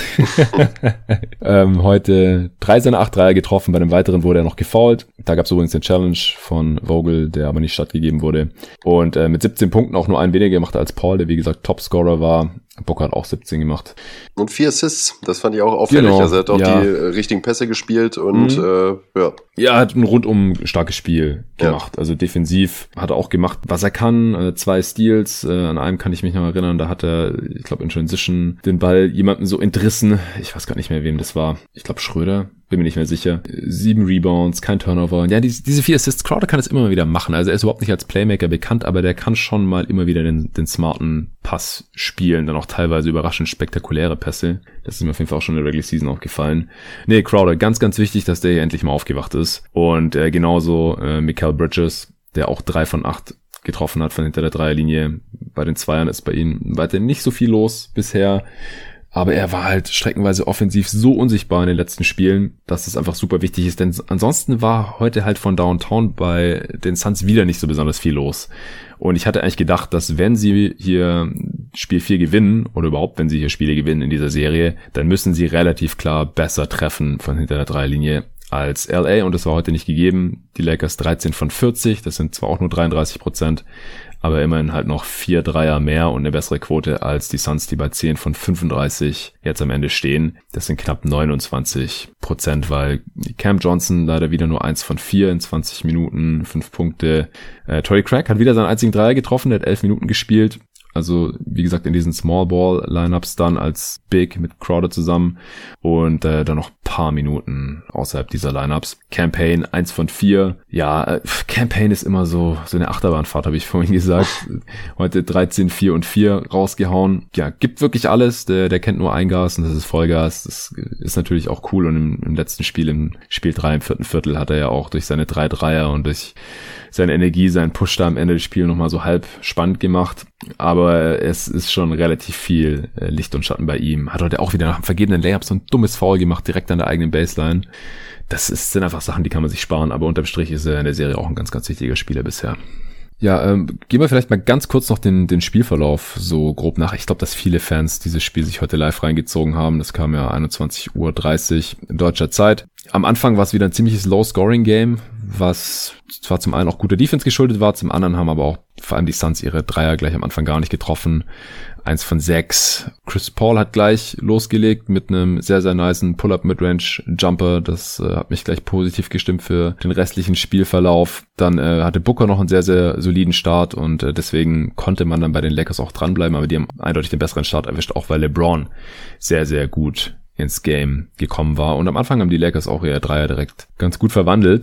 ähm, heute drei seiner acht Dreier getroffen, bei dem weiteren wurde er noch gefoult. Da gab es übrigens den Challenge von Vogel, der aber nicht stattgegeben wurde. Und äh, mit siebzehn Punkten auch nur einen weniger gemacht als Paul, der wie gesagt Topscorer war. Booker hat auch siebzehn gemacht. Und vier Assists, das fand ich auch auffällig. Genau, also er hat auch ja. die äh, richtigen Pässe gespielt und mhm. äh, ja. Ja, er hat ein rundum starkes Spiel gemacht. Ja. Also defensiv hat er auch gemacht, was er kann. Äh, zwei Steals, äh, an einem kann ich mich noch erinnern, da hat er, ich glaube in Transition, den Ball jemandem so entrissen. Ich weiß gar nicht mehr, wem das war. Ich glaube Schröder. Bin mir nicht mehr sicher. Sieben Rebounds, kein Turnover. Ja, diese, diese vier Assists, Crowder kann es immer wieder machen. Also er ist überhaupt nicht als Playmaker bekannt, aber der kann schon mal immer wieder den, den smarten Pass spielen. Dann auch teilweise überraschend spektakuläre Pässe. Das ist mir auf jeden Fall auch schon in der Regular Season aufgefallen. Nee, Crowder, ganz, ganz wichtig, dass der hier endlich mal aufgewacht ist. Und äh, genauso äh, Mikal Bridges, der auch drei von acht getroffen hat von hinter der Dreierlinie. Bei den Zweiern ist bei ihm weiterhin nicht so viel los bisher. Aber er war halt streckenweise offensiv so unsichtbar in den letzten Spielen, dass es einfach super wichtig ist. Denn ansonsten war heute halt von Downtown bei den Suns wieder nicht so besonders viel los. Und ich hatte eigentlich gedacht, dass wenn sie hier Spiel vier gewinnen, oder überhaupt wenn sie hier Spiele gewinnen in dieser Serie, dann müssen sie relativ klar besser treffen von hinter der Dreierlinie als L A. Und das war heute nicht gegeben. Die Lakers dreizehn von vierzig, das sind zwar auch nur dreiunddreißig Prozent, aber immerhin halt noch vier Dreier mehr und eine bessere Quote als die Suns, die bei zehn von fünfunddreißig jetzt am Ende stehen. Das sind knapp neunundzwanzig Prozent, weil Cam Johnson leider wieder nur eins von vier in zwanzig Minuten, fünf Punkte. Äh, Torrey Craig hat wieder seinen einzigen Dreier getroffen, der hat elf Minuten gespielt. Also, wie gesagt, in diesen Small-Ball-Lineups dann als Big mit Crowder zusammen und äh, dann noch paar Minuten außerhalb dieser Lineups. Campaign eins von vier. Ja, äh, Campaign ist immer so so eine Achterbahnfahrt, habe ich vorhin gesagt. Heute dreizehn, vier und vier rausgehauen. Ja, gibt wirklich alles. Der, der kennt nur ein Gas und das ist Vollgas. Das ist natürlich auch cool. Und im, im letzten Spiel, im Spiel drei, im vierten Viertel, hat er ja auch durch seine drei Dreier und durch seine Energie, seinen Push da am Ende des Spiels nochmal so halb spannend gemacht. Aber es ist schon relativ viel Licht und Schatten bei ihm. Hat heute auch wieder nach einem vergebenen Layup so ein dummes Foul gemacht, direkt an der eigenen Baseline. Das ist, sind einfach Sachen, die kann man sich sparen, aber unterm Strich ist er in der Serie auch ein ganz, ganz wichtiger Spieler bisher. Ja, ähm, gehen wir vielleicht mal ganz kurz noch den den Spielverlauf so grob nach. Ich glaube, dass viele Fans dieses Spiel sich heute live reingezogen haben. Das kam ja einundzwanzig Uhr dreißig deutscher Zeit. Am Anfang war es wieder ein ziemliches Low-Scoring-Game, was zwar zum einen auch guter Defense geschuldet war, zum anderen haben aber auch vor allem die Suns ihre Dreier gleich am Anfang gar nicht getroffen. Eins von sechs. Chris Paul hat gleich losgelegt mit einem sehr, sehr nicen Pull-Up-Midrange-Jumper. Das äh, hat mich gleich positiv gestimmt für den restlichen Spielverlauf. Dann äh, hatte Booker noch einen sehr, sehr soliden Start und äh, deswegen konnte man dann bei den Lakers auch dranbleiben, aber die haben eindeutig den besseren Start erwischt, auch weil LeBron sehr, sehr gut ins Game gekommen war. Und am Anfang haben die Lakers auch ihre Dreier direkt ganz gut verwandelt.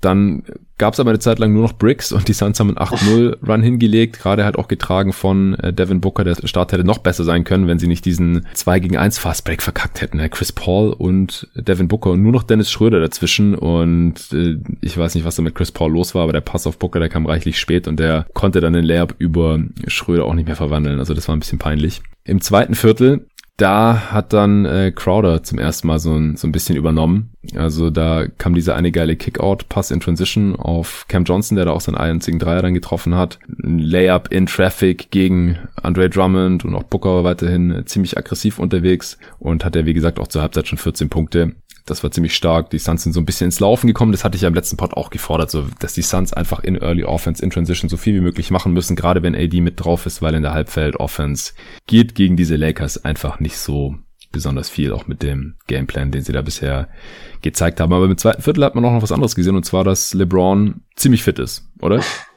Dann gab es aber eine Zeit lang nur noch Bricks und die Suns haben einen acht null Run hingelegt, gerade halt auch getragen von äh, Devin Booker. Der Start hätte noch besser sein können, wenn sie nicht diesen zwei gegen eins Fastbreak verkackt hätten. Ne? Chris Paul und Devin Booker und nur noch Dennis Schröder dazwischen und äh, ich weiß nicht, was da mit Chris Paul los war, aber der Pass auf Booker, der kam reichlich spät und der konnte dann den Layup über Schröder auch nicht mehr verwandeln. Also das war ein bisschen peinlich. Im zweiten Viertel, da hat dann äh, Crowder zum ersten Mal so ein, so ein bisschen übernommen. Also da kam dieser eine geile Kick-Out-Pass in Transition auf Cam Johnson, der da auch seinen einzigen Dreier dann getroffen hat. Ein Layup in Traffic gegen Andre Drummond und auch Booker war weiterhin ziemlich aggressiv unterwegs und hat ja wie gesagt auch zur Halbzeit schon vierzehn Punkte. Das war ziemlich stark. Die Suns sind so ein bisschen ins Laufen gekommen. Das hatte ich ja im letzten Pod auch gefordert, so dass die Suns einfach in Early Offense, in Transition so viel wie möglich machen müssen, gerade wenn A D mit drauf ist, weil in der Halbfeld Offense geht gegen diese Lakers einfach nicht so besonders viel, auch mit dem Gameplan, den sie da bisher gezeigt haben. Aber im zweiten Viertel hat man auch noch was anderes gesehen, und zwar, dass LeBron ziemlich fit ist, oder?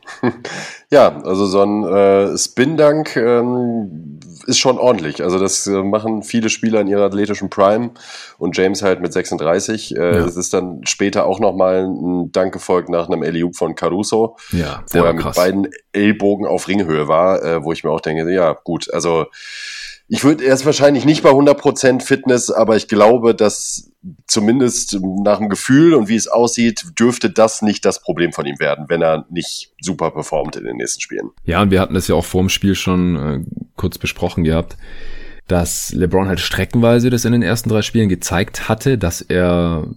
Ja, also so ein äh, Spin-Dunk ähm, ist schon ordentlich. Also das äh, machen viele Spieler in ihrer athletischen Prime und James halt mit sechsunddreißig. Äh, Ja. Es ist dann später auch nochmal ein Dank gefolgt nach einem Alley-Oop von Caruso, Ja, wo der er war mit krass. beiden Ellbogen auf Ringhöhe war, äh, wo ich mir auch denke, ja gut, also ich würde, er ist wahrscheinlich nicht bei hundert Prozent Fitness, aber ich glaube, dass zumindest nach dem Gefühl und wie es aussieht, dürfte das nicht das Problem von ihm werden, wenn er nicht super performt in den nächsten Spielen. Ja, und wir hatten das ja auch vor dem Spiel schon äh, kurz besprochen gehabt, dass LeBron halt streckenweise das in den ersten drei Spielen gezeigt hatte, dass er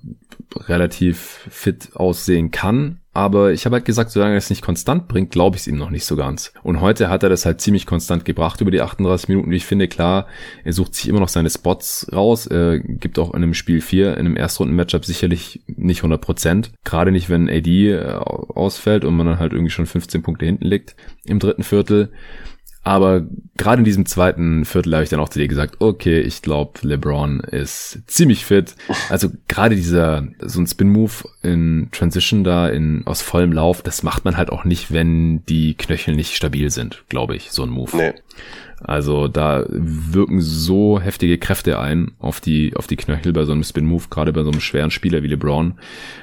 relativ fit aussehen kann. Aber ich habe halt gesagt, solange er es nicht konstant bringt, glaube ich es ihm noch nicht so ganz. Und heute hat er das halt ziemlich konstant gebracht über die achtunddreißig Minuten. Wie ich finde, klar, er sucht sich immer noch seine Spots raus. Er gibt auch in einem Spiel vier, in einem Erstrunden-Matchup sicherlich nicht hundert Prozent. Gerade nicht, wenn A D ausfällt und man dann halt irgendwie schon fünfzehn Punkte hinten liegt im dritten Viertel. Aber gerade in diesem zweiten Viertel habe ich dann auch zu dir gesagt, okay, ich glaube, LeBron ist ziemlich fit. Also gerade dieser, so ein Spin-Move in Transition da in aus vollem Lauf, das macht man halt auch nicht, wenn die Knöchel nicht stabil sind, glaube ich, so ein Move. Nee. Also da wirken so heftige Kräfte ein auf die auf die Knöchel bei so einem Spin-Move, gerade bei so einem schweren Spieler wie LeBron.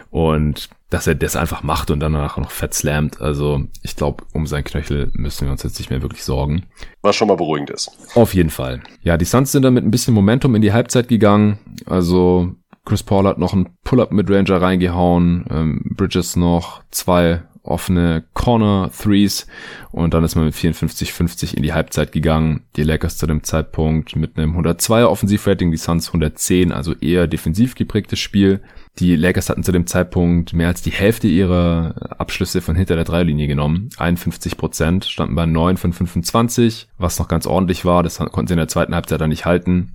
Und dass er das einfach macht und danach noch fett slammt. Also ich glaube, um seinen Knöchel müssen wir uns jetzt nicht mehr wirklich sorgen. Was schon mal beruhigend ist. Auf jeden Fall. Ja, die Suns sind dann mit ein bisschen Momentum in die Halbzeit gegangen. Also Chris Paul hat noch einen Pull-Up-Midranger reingehauen. Ähm, Bridges noch zwei offene Corner-Threes und dann ist man mit vierundfünfzig fünfzig in die Halbzeit gegangen. Die Lakers zu dem Zeitpunkt mit einem hundertzweier Offensivrating, die Suns hundertzehn, also eher defensiv geprägtes Spiel. Die Lakers hatten zu dem Zeitpunkt mehr als die Hälfte ihrer Abschlüsse von hinter der Dreierlinie genommen. einundfünfzig Prozent, standen bei neun von fünfundzwanzig, was noch ganz ordentlich war. Das konnten sie in der zweiten Halbzeit dann nicht halten.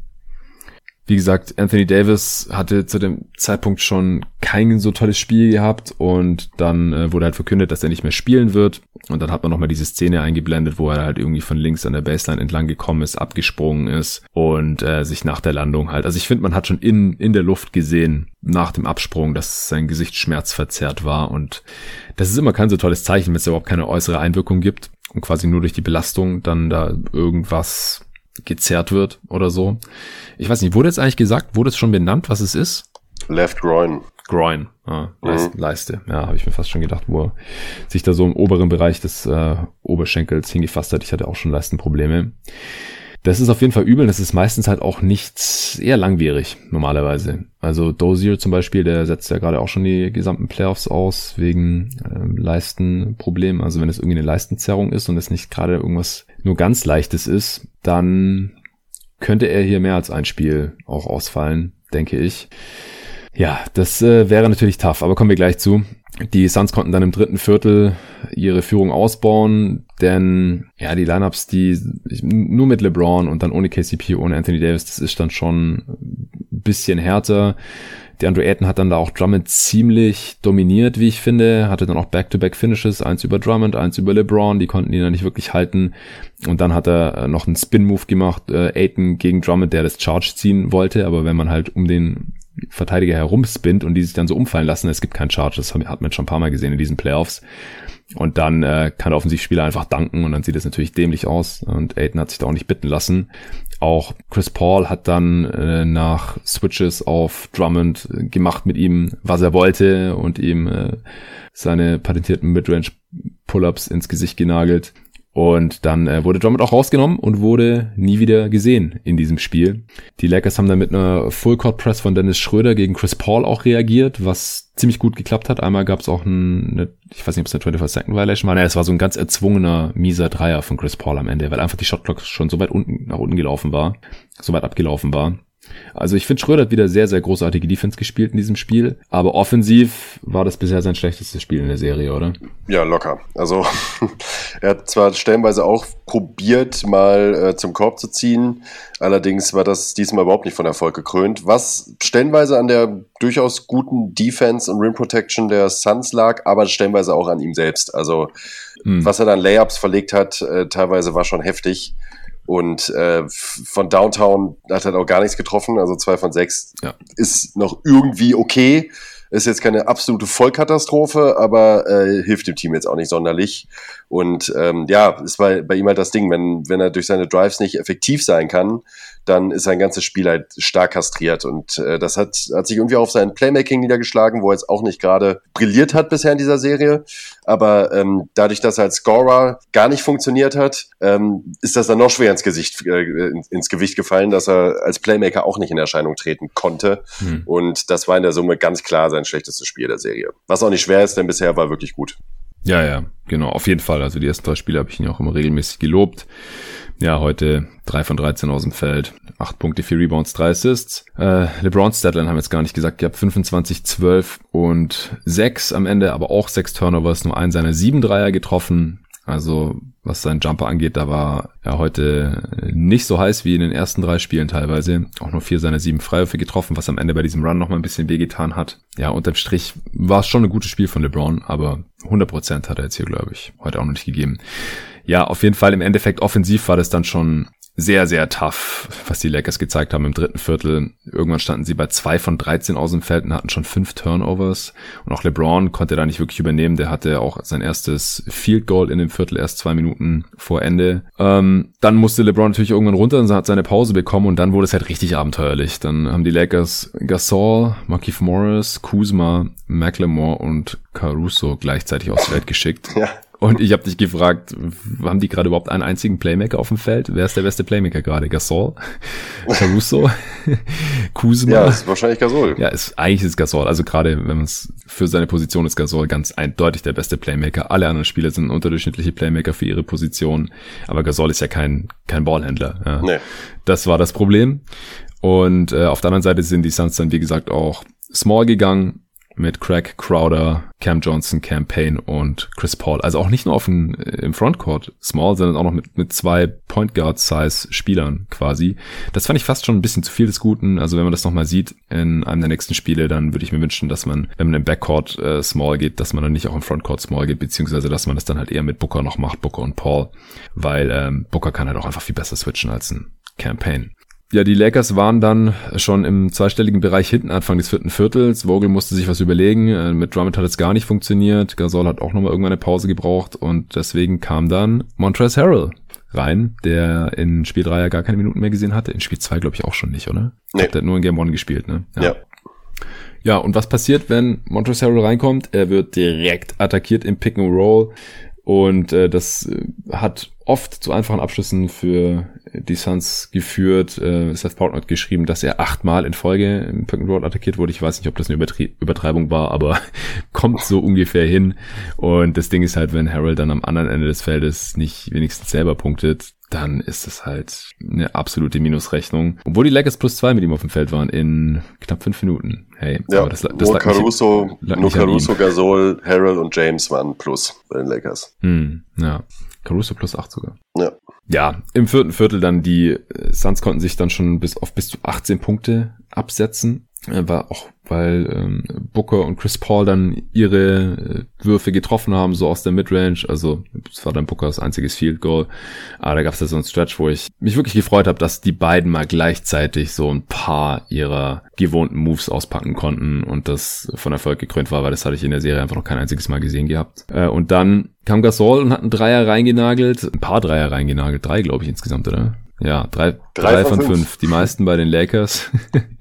Wie gesagt, Anthony Davis hatte zu dem Zeitpunkt schon kein so tolles Spiel gehabt und dann äh, wurde halt verkündet, dass er nicht mehr spielen wird. Und dann hat man nochmal diese Szene eingeblendet, wo er halt irgendwie von links an der Baseline entlang gekommen ist, abgesprungen ist und äh, sich nach der Landung halt, also ich finde, man hat schon in in der Luft gesehen, nach dem Absprung, dass sein Gesicht schmerzverzerrt war, und das ist immer kein so tolles Zeichen, wenn es überhaupt keine äußere Einwirkung gibt und quasi nur durch die Belastung dann da irgendwas gezerrt wird oder so. Ich weiß nicht, wurde jetzt eigentlich gesagt, wurde es schon benannt, was es ist? Left Groin. Groin, ah, Leiste, mhm. Leiste. Ja, habe ich mir fast schon gedacht, wo er sich da so im oberen Bereich des äh, Oberschenkels hingefasst hat. Ich hatte auch schon Leistenprobleme. Das ist auf jeden Fall übel. Das ist meistens halt auch nicht eher langwierig, normalerweise. Also Dozier zum Beispiel, der setzt ja gerade auch schon die gesamten Playoffs aus wegen ähm, Leistenproblemen. Also wenn es irgendwie eine Leistenzerrung ist und es nicht gerade irgendwas nur ganz Leichtes ist, dann könnte er hier mehr als ein Spiel auch ausfallen, denke ich. Ja, das äh, wäre natürlich tough, aber kommen wir gleich zu. Die Suns konnten dann im dritten Viertel ihre Führung ausbauen, denn ja, die Lineups, die nur mit LeBron und dann ohne K C P, ohne Anthony Davis, das ist dann schon ein bisschen härter. DeAndre Ayton hat dann da auch Drummond ziemlich dominiert, wie ich finde, hatte dann auch Back-to-Back-Finishes, eins über Drummond, eins über LeBron, die konnten ihn dann nicht wirklich halten, und dann hat er noch einen Spin-Move gemacht, äh, Ayton gegen Drummond, der das Charge ziehen wollte, aber wenn man halt um den Verteidiger herumspinnt und die sich dann so umfallen lassen, es gibt keinen Charge, das hat man schon ein paar Mal gesehen in diesen Playoffs, Und dann äh, kann der Offensivspieler einfach danken und dann sieht es natürlich dämlich aus. Und Ayton hat sich da auch nicht bitten lassen. Auch Chris Paul hat dann äh, nach Switches auf Drummond gemacht mit ihm, was er wollte und ihm äh, seine patentierten Midrange-Pull-Ups ins Gesicht genagelt. Und dann äh, wurde Drummond auch rausgenommen und wurde nie wieder gesehen in diesem Spiel. Die Lakers haben dann mit einer Full-Court-Press von Dennis Schröder gegen Chris Paul auch reagiert, was ziemlich gut geklappt hat. Einmal gab es auch ein, eine, ich weiß nicht, ob es eine twenty-five-Second-Violation war. Nein, es war so ein ganz erzwungener, mieser Dreier von Chris Paul am Ende, weil einfach die Shotclock schon so weit unten nach unten gelaufen war, so weit abgelaufen war. Also ich finde, Schröder hat wieder sehr, sehr großartige Defense gespielt in diesem Spiel. Aber offensiv war das bisher sein schlechtestes Spiel in der Serie, oder? Ja, locker. Also er hat zwar stellenweise auch probiert, mal äh, zum Korb zu ziehen. Allerdings war das diesmal überhaupt nicht von Erfolg gekrönt. Was stellenweise an der durchaus guten Defense und Rim Protection der Suns lag, aber stellenweise auch an ihm selbst. Also hm. was er dann Layups verlegt hat, äh, teilweise war schon heftig. Und äh, von Downtown hat er auch gar nichts getroffen, also zwei von sechs ja. ist noch irgendwie okay. Ist jetzt keine absolute Vollkatastrophe, aber äh, hilft dem Team jetzt auch nicht sonderlich. Und ähm, ja, ist bei, bei ihm halt das Ding, wenn, wenn er durch seine Drives nicht effektiv sein kann, dann ist sein ganzes Spiel halt stark kastriert. Und äh, das hat, hat sich irgendwie auf sein Playmaking niedergeschlagen, wo er jetzt auch nicht gerade brilliert hat bisher in dieser Serie. Aber ähm, dadurch, dass er als Scorer gar nicht funktioniert hat, ähm, ist das dann noch schwer ins Gesicht, äh, ins, ins Gewicht gefallen, dass er als Playmaker auch nicht in Erscheinung treten konnte. Hm. Und das war in der Summe ganz klar sein schlechtestes Spiel der Serie. Was auch nicht schwer ist, denn bisher war wirklich gut. Ja, ja, genau, auf jeden Fall. Also die ersten drei Spiele habe ich ihn auch immer regelmäßig gelobt. Ja, heute drei von dreizehn aus dem Feld, acht Punkte, vier Rebounds, drei Assists. Äh, LeBron's Statline haben wir jetzt gar nicht gesagt, gehabt, fünfundzwanzig, zwölf und sechs am Ende, aber auch sechs Turnovers, nur einen seiner sieben Dreier getroffen. Also was seinen Jumper angeht, da war er heute nicht so heiß wie in den ersten drei Spielen teilweise. Auch nur vier seiner sieben Freiwürfe getroffen, was am Ende bei diesem Run nochmal ein bisschen wehgetan hat. Ja, unterm Strich war es schon ein gutes Spiel von LeBron, aber hundert Prozent hat er jetzt hier, glaube ich, heute auch noch nicht gegeben. Ja, auf jeden Fall im Endeffekt offensiv war das dann schon sehr, sehr tough, was die Lakers gezeigt haben im dritten Viertel. Irgendwann standen sie bei zwei von dreizehn aus dem Feld und hatten schon fünf Turnovers. Und auch LeBron konnte da nicht wirklich übernehmen. Der hatte auch sein erstes Field Goal in dem Viertel erst zwei Minuten vor Ende. Ähm, dann musste LeBron natürlich irgendwann runter und hat seine Pause bekommen und dann wurde es halt richtig abenteuerlich. Dann haben die Lakers Gasol, Markieff Morris, Kuzma, McLemore und Caruso gleichzeitig aufs Feld geschickt. Ja. Und ich habe dich gefragt, haben die gerade überhaupt einen einzigen Playmaker auf dem Feld? Wer ist der beste Playmaker gerade? Gasol? Caruso? Kuzma? Ja, ist wahrscheinlich Gasol. Ja, ist, eigentlich ist Gasol. Also gerade wenn man es für seine Position ist Gasol ganz eindeutig der beste Playmaker. Alle anderen Spieler sind unterdurchschnittliche Playmaker für ihre Position. Aber Gasol ist ja kein kein Ballhändler. Ja. Nee. Das war das Problem. Und äh, auf der anderen Seite sind die Suns dann, wie gesagt, auch small gegangen. Mit Craig, Crowder, Cam Johnson, Cam Payne und Chris Paul. Also auch nicht nur auf dem, im Frontcourt small, sondern auch noch mit, mit zwei Point Guard Size Spielern quasi. Das fand ich fast schon ein bisschen zu viel des Guten. Also wenn man das nochmal sieht in einem der nächsten Spiele, dann würde ich mir wünschen, dass man, wenn man im Backcourt äh, small geht, dass man dann nicht auch im Frontcourt small geht, beziehungsweise dass man das dann halt eher mit Booker noch macht, Booker und Paul. Weil ähm, Booker kann halt auch einfach viel besser switchen als ein Cam Payne. Ja, die Lakers waren dann schon im zweistelligen Bereich hinten Anfang des vierten Viertels. Vogel musste sich was überlegen. Mit Drummond hat es gar nicht funktioniert. Gasol hat auch nochmal irgendwann eine Pause gebraucht und deswegen kam dann Montrezl Harrell rein, der in Spiel drei ja gar keine Minuten mehr gesehen hatte. In Spiel zwei glaube ich auch schon nicht, oder? Nee. Der hat nur in Game One gespielt, ne? Ja. ja. Ja, und was passiert, wenn Montrezl Harrell reinkommt? Er wird direkt attackiert im Pick and Roll. Und äh, das äh, hat oft zu einfachen Abschlüssen für die Suns geführt. Äh, Seth Partner hat geschrieben, dass er achtmal in Folge im Pick and Roll attackiert wurde. Ich weiß nicht, ob das eine Übertrie- Übertreibung war, aber kommt so ungefähr hin. Und das Ding ist halt, wenn Harrell dann am anderen Ende des Feldes nicht wenigstens selber punktet, dann ist es halt eine absolute Minusrechnung. Obwohl die Lakers plus zwei mit ihm auf dem Feld waren in knapp fünf Minuten. Hey, ja, aber das, das nur Caruso, nicht, nur Caruso, Gasol, Harrell und James waren plus bei den Lakers. Hm, ja, Caruso plus acht sogar. Ja. Ja, im vierten Viertel dann die Suns konnten sich dann schon bis auf bis zu achtzehn Punkte absetzen. War auch weil ähm, Booker und Chris Paul dann ihre äh, Würfe getroffen haben, so aus der Midrange. Also es war dann Bookers einziges Field Goal. Aber da gab es ja so einen Stretch, wo ich mich wirklich gefreut habe, dass die beiden mal gleichzeitig so ein paar ihrer gewohnten Moves auspacken konnten und das von Erfolg gekrönt war, weil das hatte ich in der Serie einfach noch kein einziges Mal gesehen gehabt. Äh, und dann kam Gasol und hat einen Dreier reingenagelt, ein paar Dreier reingenagelt, drei glaube ich insgesamt, oder? Ja, drei, drei, drei von fünf. fünf. Die meisten bei den Lakers.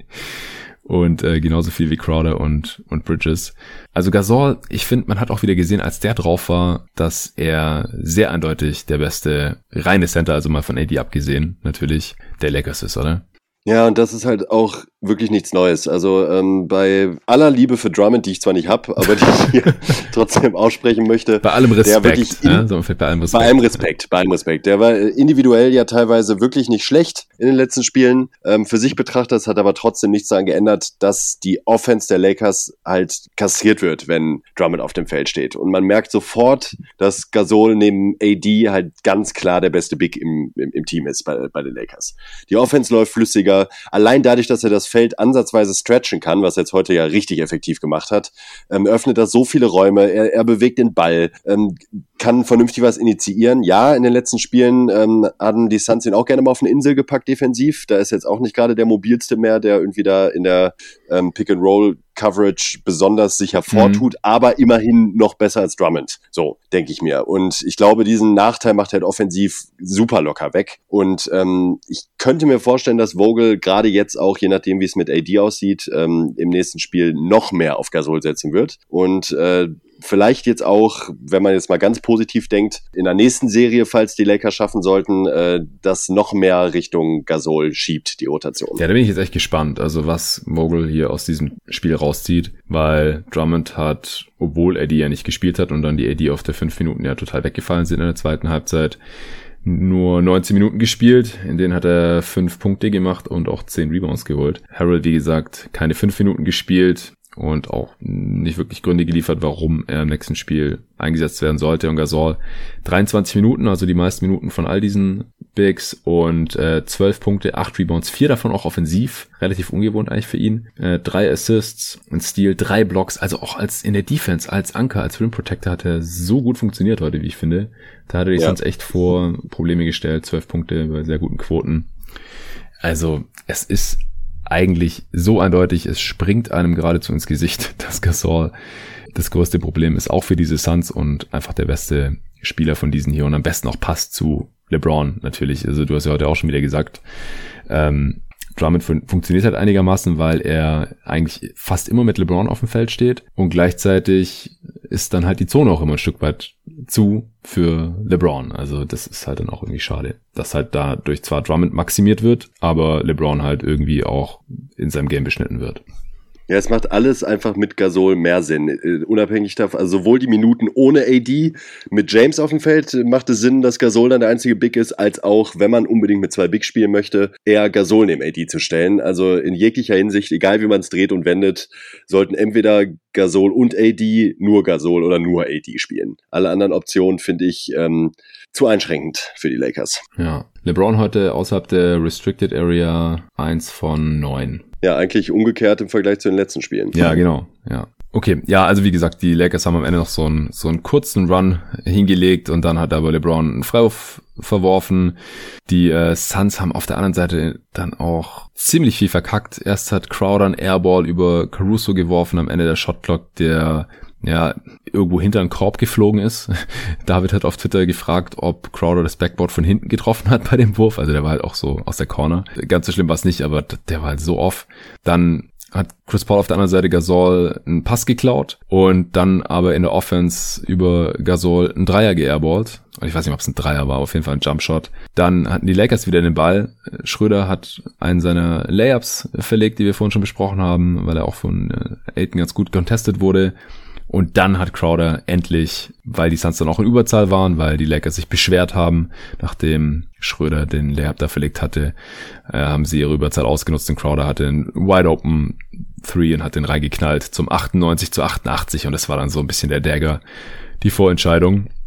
Und äh, genauso viel wie Crowder und und Bridges. Also Gasol, ich finde, man hat auch wieder gesehen, als der drauf war, dass er sehr eindeutig der beste reine Center, also mal von A D abgesehen, natürlich, der Lakers ist, oder? Ja, und das ist halt auch wirklich nichts Neues. Also ähm, bei aller Liebe für Drummond, die ich zwar nicht habe, aber die ich hier trotzdem aussprechen möchte. Bei allem Respekt. Der wirklich in, ja, so bei allem Respekt. Bei allem Respekt, bei allem Respekt. Der war individuell ja teilweise wirklich nicht schlecht in den letzten Spielen. Ähm, für sich betrachtet, das hat aber trotzdem nichts daran geändert, dass die Offense der Lakers halt kassiert wird, wenn Drummond auf dem Feld steht. Und man merkt sofort, dass Gasol neben A D halt ganz klar der beste Big im, im, im Team ist bei, bei den Lakers. Die Offense läuft flüssiger. Allein dadurch, dass er das Feld ansatzweise stretchen kann, was er jetzt heute ja richtig effektiv gemacht hat, ähm, öffnet das so viele Räume, er, er bewegt den Ball, ähm, kann vernünftig was initiieren. Ja, in den letzten Spielen ähm, haben die Suns ihn auch gerne mal auf eine Insel gepackt defensiv. Da ist jetzt auch nicht gerade der mobilste mehr, der irgendwie da in der ähm, Pick-and-Roll-Coverage besonders sich hervortut, mhm. aber immerhin noch besser als Drummond. So, denke ich mir. Und ich glaube, diesen Nachteil macht er halt offensiv super locker weg. Und ähm, ich könnte mir vorstellen, dass Vogel gerade jetzt auch, je nachdem wie es mit A D aussieht, ähm, im nächsten Spiel noch mehr auf Gasol setzen wird. Und äh, vielleicht jetzt auch, wenn man jetzt mal ganz positiv denkt, in der nächsten Serie, falls die Lakers schaffen sollten, äh, das noch mehr Richtung Gasol schiebt, die Rotation. Ja, da bin ich jetzt echt gespannt, also was Vogel hier aus diesem Spiel rauszieht, weil Drummond hat, obwohl A D ja nicht gespielt hat und dann die A D auf der fünf Minuten ja total weggefallen sind in der zweiten Halbzeit, nur neunzehn Minuten gespielt, in denen hat er fünf Punkte gemacht und auch zehn Rebounds geholt. Harrell, wie gesagt, keine fünf Minuten gespielt und auch nicht wirklich Gründe geliefert, warum er im nächsten Spiel eingesetzt werden sollte. Und Gasol dreiundzwanzig Minuten, also die meisten Minuten von all diesen Bigs und äh, zwölf Punkte, acht Rebounds, vier davon auch offensiv, relativ ungewohnt eigentlich für ihn. Äh, drei Assists, ein Steal, drei Blocks, also auch als in der Defense, als Anker, als Rim Protector hat er so gut funktioniert heute, wie ich finde. Da hat er die Suns ja. echt vor Probleme gestellt, zwölf Punkte bei sehr guten Quoten. Also es ist eigentlich so eindeutig, es springt einem geradezu ins Gesicht, dass Gasol das größte Problem ist, auch für diese Suns und einfach der beste Spieler von diesen hier und am besten auch passt zu LeBron natürlich. Also du hast ja heute auch schon wieder gesagt, ähm, Drummond fun- funktioniert halt einigermaßen, weil er eigentlich fast immer mit LeBron auf dem Feld steht und gleichzeitig ist dann halt die Zone auch immer ein Stück weit zu für LeBron. Also das ist halt dann auch irgendwie schade, dass halt dadurch zwar Drummond maximiert wird, aber LeBron halt irgendwie auch in seinem Game beschnitten wird. Ja, es macht alles einfach mit Gasol mehr Sinn. Uh, unabhängig davon, also sowohl die Minuten ohne A D mit James auf dem Feld macht es Sinn, dass Gasol dann der einzige Big ist, als auch, wenn man unbedingt mit zwei Big spielen möchte, eher Gasol neben A D zu stellen. Also in jeglicher Hinsicht, egal wie man es dreht und wendet, sollten entweder Gasol und A D, nur Gasol oder nur A D spielen. Alle anderen Optionen finde ich ähm, zu einschränkend für die Lakers. Ja, LeBron heute außerhalb der Restricted Area eins von neun. Ja, eigentlich umgekehrt im Vergleich zu den letzten Spielen. Ja, genau, ja. Okay, ja, also wie gesagt, die Lakers haben am Ende noch so einen, so einen kurzen Run hingelegt und dann hat aber LeBron einen Freiwurf verworfen. Die äh, Suns haben auf der anderen Seite dann auch ziemlich viel verkackt. Erst hat Crowder einen Airball über Caruso geworfen am Ende der Shotclock, der ja irgendwo hinter den Korb geflogen ist. David hat auf Twitter gefragt, ob Crowder das Backboard von hinten getroffen hat bei dem Wurf. Also der war halt auch so aus der Corner. Ganz so schlimm war es nicht, aber der war halt so off. Dann hat Chris Paul auf der anderen Seite Gasol einen Pass geklaut und dann aber in der Offense über Gasol einen Dreier geairballt. Ich weiß nicht, ob es ein Dreier war, auf jeden Fall ein Jumpshot. Dann hatten die Lakers wieder den Ball. Schröder hat einen seiner Layups verlegt, die wir vorhin schon besprochen haben, weil er auch von Ayton ganz gut contested wurde. Und dann hat Crowder endlich, weil die Suns dann auch in Überzahl waren, weil die Lakers sich beschwert haben, nachdem Schröder den Layup da verlegt hatte, äh, haben sie ihre Überzahl ausgenutzt und Crowder hatte einen Wide Open Three und hat den reingeknallt zum achtundneunzig zu achtundachtzig und das war dann so ein bisschen der Dagger, die Vorentscheidung.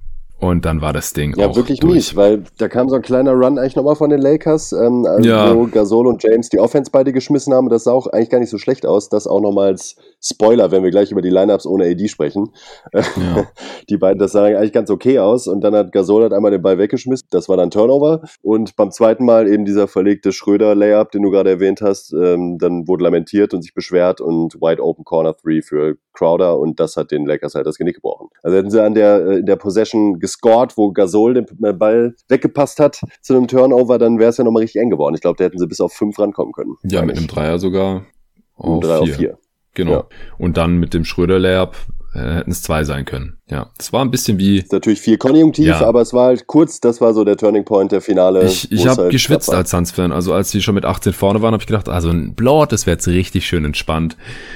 Und dann war das Ding ja, auch wirklich durch. mies, weil da kam so ein kleiner Run eigentlich nochmal von den Lakers, ähm, also Ja. wo Gasol und James die Offense beide geschmissen haben. Das sah auch eigentlich gar nicht so schlecht aus. Das auch nochmal als Spoiler, wenn wir gleich über die Lineups ohne A D sprechen. Ja. Die beiden, das sah eigentlich ganz okay aus. Und dann hat Gasol hat einmal den Ball weggeschmissen. Das war dann Turnover. Und beim zweiten Mal eben dieser verlegte Schröder-Layup, den du gerade erwähnt hast. Ähm, dann wurde lamentiert und sich beschwert und Wide Open Corner Three für Crowder. Und das hat den Lakers halt das Genick gebrochen. Also hätten sie an der, in der Possession gescored, wo Gasol den Ball weggepasst hat zu einem Turnover, dann wäre es ja nochmal richtig eng geworden. Ich glaube, da hätten sie bis auf fünf rankommen können. Ja, mit einem Dreier sogar auf Drei vier. auf vier. Genau. Ja. Und dann mit dem Schröder-Layup äh, hätten es zwei sein können. Ja, es war ein bisschen wie... Ist natürlich viel konjunktiv, Ja. aber es war halt kurz, das war so der Turning Point der Finale. Ich, ich wo es habe halt geschwitzt knapp war. als Suns-Fan. Also als die schon mit achtzehn vorne waren, habe ich gedacht, also ein Blowout, das wäre jetzt richtig schön entspannt.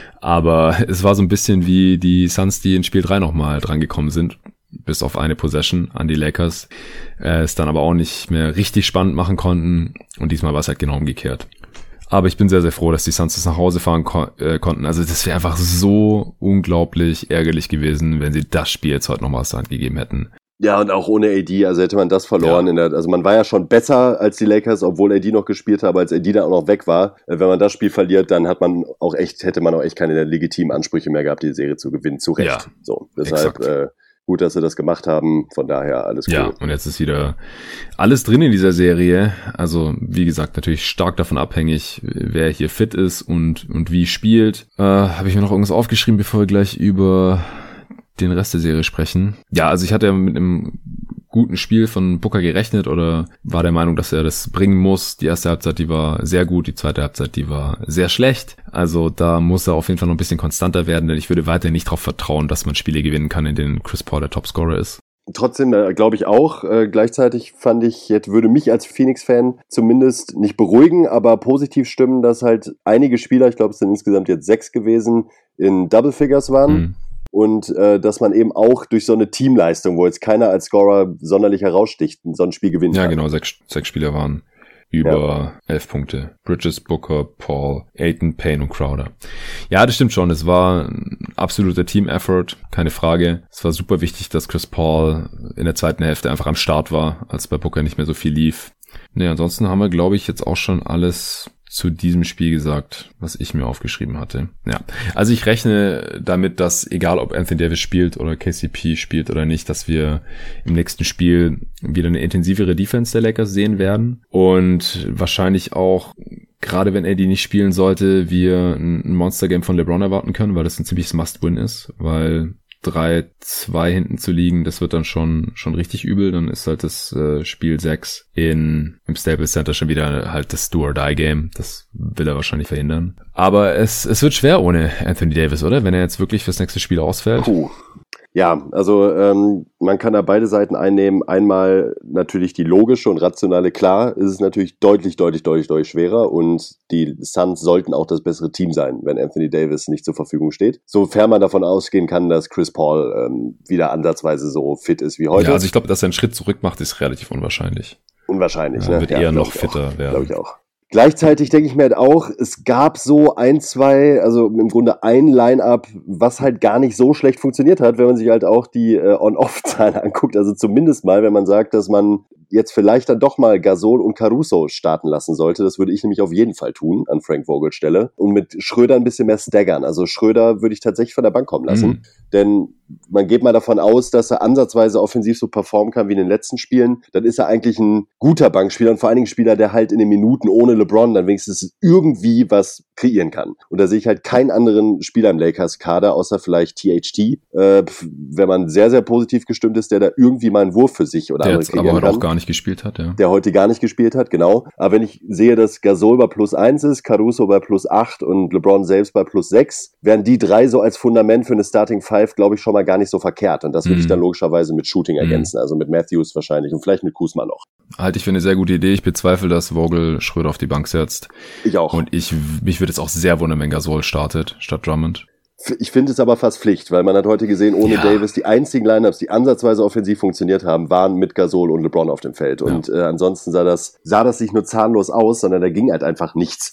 Aber es war so ein bisschen wie die Suns, die in Spiel drei nochmal drangekommen sind. Bis auf eine Possession an die Lakers. Äh, es dann aber auch nicht mehr richtig spannend machen konnten. Und diesmal war es halt genau umgekehrt. Aber ich bin sehr, sehr froh, dass die Suns das nach Hause fahren ko- äh, konnten. Also das wäre einfach so unglaublich ärgerlich gewesen, wenn sie das Spiel jetzt heute nochmal aus der Hand gegeben hätten. Ja, und auch ohne A D, also hätte man das verloren. Ja. In der, also man war ja schon besser als die Lakers, obwohl A D noch gespielt hat, aber als A D dann auch noch weg war. Äh, Wenn man das Spiel verliert, dann hat man auch echt, hätte man auch echt keine legitimen Ansprüche mehr gehabt, die Serie zu gewinnen. Zu Recht. Ja, so, deshalb äh, gut, dass sie das gemacht haben. Von daher alles cool. Ja, und jetzt ist wieder alles drin in dieser Serie. Also, wie gesagt, natürlich stark davon abhängig, wer hier fit ist und, und wie spielt. Äh, habe ich mir noch irgendwas aufgeschrieben, bevor wir gleich über den Rest der Serie sprechen? Ja, also ich hatte ja mit einem guten Spiel von Booker gerechnet oder war der Meinung, dass er das bringen muss. Die erste Halbzeit, die war sehr gut, die zweite Halbzeit, die war sehr schlecht. Also da muss er auf jeden Fall noch ein bisschen konstanter werden, denn ich würde weiterhin nicht darauf vertrauen, dass man Spiele gewinnen kann, in denen Chris Paul der Topscorer ist. Trotzdem, äh, glaube ich auch. Äh, gleichzeitig fand ich, jetzt würde mich als Phoenix-Fan zumindest nicht beruhigen, aber positiv stimmen, dass halt einige Spieler, ich glaube, es sind insgesamt jetzt sechs gewesen, in Double Figures waren. Mhm. Und äh, dass man eben auch durch so eine Teamleistung, wo jetzt keiner als Scorer sonderlich heraussticht, so ein Spiel gewinnen Ja, kann. genau, sechs, sechs Spieler waren über elf Punkte. Bridges, Booker, Paul, Ayton, Payne und Crowder. Ja, das stimmt schon. Es war ein absoluter Team-Effort, keine Frage. Es war super wichtig, dass Chris Paul in der zweiten Hälfte einfach am Start war, als bei Booker nicht mehr so viel lief. Nee, ansonsten haben wir, glaube ich, jetzt auch schon alles zu diesem Spiel gesagt, was ich mir aufgeschrieben hatte. Ja, also ich rechne damit, dass egal ob Anthony Davis spielt oder K C P spielt oder nicht, dass wir im nächsten Spiel wieder eine intensivere Defense der Lakers sehen werden und wahrscheinlich auch, gerade wenn Eddie nicht spielen sollte, wir ein Monster-Game von LeBron erwarten können, weil das ein ziemliches Must-Win ist, weil drei zwei hinten zu liegen, das wird dann schon schon richtig übel. Dann ist halt das äh, Spiel sechs in im Staples Center schon wieder halt das Do-or-Die-Game. Das will er wahrscheinlich verhindern. Aber es es wird schwer ohne Anthony Davis, oder? Wenn er jetzt wirklich fürs nächste Spiel ausfällt. Puh. Ja, also ähm, man kann da beide Seiten einnehmen. Einmal natürlich die logische und rationale, klar, ist es natürlich deutlich, deutlich, deutlich, deutlich schwerer und die Suns sollten auch das bessere Team sein, wenn Anthony Davis nicht zur Verfügung steht. Sofern man davon ausgehen kann, dass Chris Paul ähm, wieder ansatzweise so fit ist wie heute. Ja, also ich glaube, dass er einen Schritt zurück macht, ist relativ unwahrscheinlich. Unwahrscheinlich, ja, ne? Wird ja, eher noch ich fitter auch, werden. Glaube ich auch. Gleichzeitig denke ich mir halt auch, es gab so ein, zwei, also im Grunde ein Line-Up, was halt gar nicht so schlecht funktioniert hat, wenn man sich halt auch die äh, On-Off-Zahlen anguckt. Also zumindest mal, wenn man sagt, dass man jetzt vielleicht dann doch mal Gasol und Caruso starten lassen sollte. Das würde ich nämlich auf jeden Fall tun, an Frank Vogels Stelle. Und mit Schröder ein bisschen mehr staggern. Also Schröder würde ich tatsächlich von der Bank kommen lassen. Mhm. Denn man geht mal davon aus, dass er ansatzweise offensiv so performen kann wie in den letzten Spielen. Dann ist er eigentlich ein guter Bankspieler und vor allen Dingen ein Spieler, der halt in den Minuten ohne LeBron dann wenigstens irgendwie was kreieren kann. Und da sehe ich halt keinen anderen Spieler im Lakers-Kader, außer vielleicht T H T, äh, wenn man sehr, sehr positiv gestimmt ist, der da irgendwie mal einen Wurf für sich oder der andere jetzt kreieren aber heute kann. auch gar nicht gespielt hat, ja. Der heute gar nicht gespielt hat, genau. Aber wenn ich sehe, dass Gasol bei plus eins ist, Caruso bei plus acht und LeBron selbst bei plus sechs, wären die drei so als Fundament für eine Starting Five, glaube ich, schon mal gar nicht so verkehrt. Und das würde Mhm. ich dann logischerweise mit Shooting Mhm. ergänzen, also mit Matthews wahrscheinlich und vielleicht mit Kuzma noch. Halte ich für eine sehr gute Idee. Ich bezweifle, dass Vogel Schröder auf die Bank setzt. Ich auch. Und ich, mich würde es auch sehr wundern, wenn Gasol startet statt Drummond. Ich finde es aber fast Pflicht, weil man hat heute gesehen, ohne Ja. Davis, die einzigen Lineups, die ansatzweise offensiv funktioniert haben, waren mit Gasol und LeBron auf dem Feld. Und äh, ansonsten sah das, sah das nicht nur zahnlos aus, sondern da ging halt einfach nichts. Ja.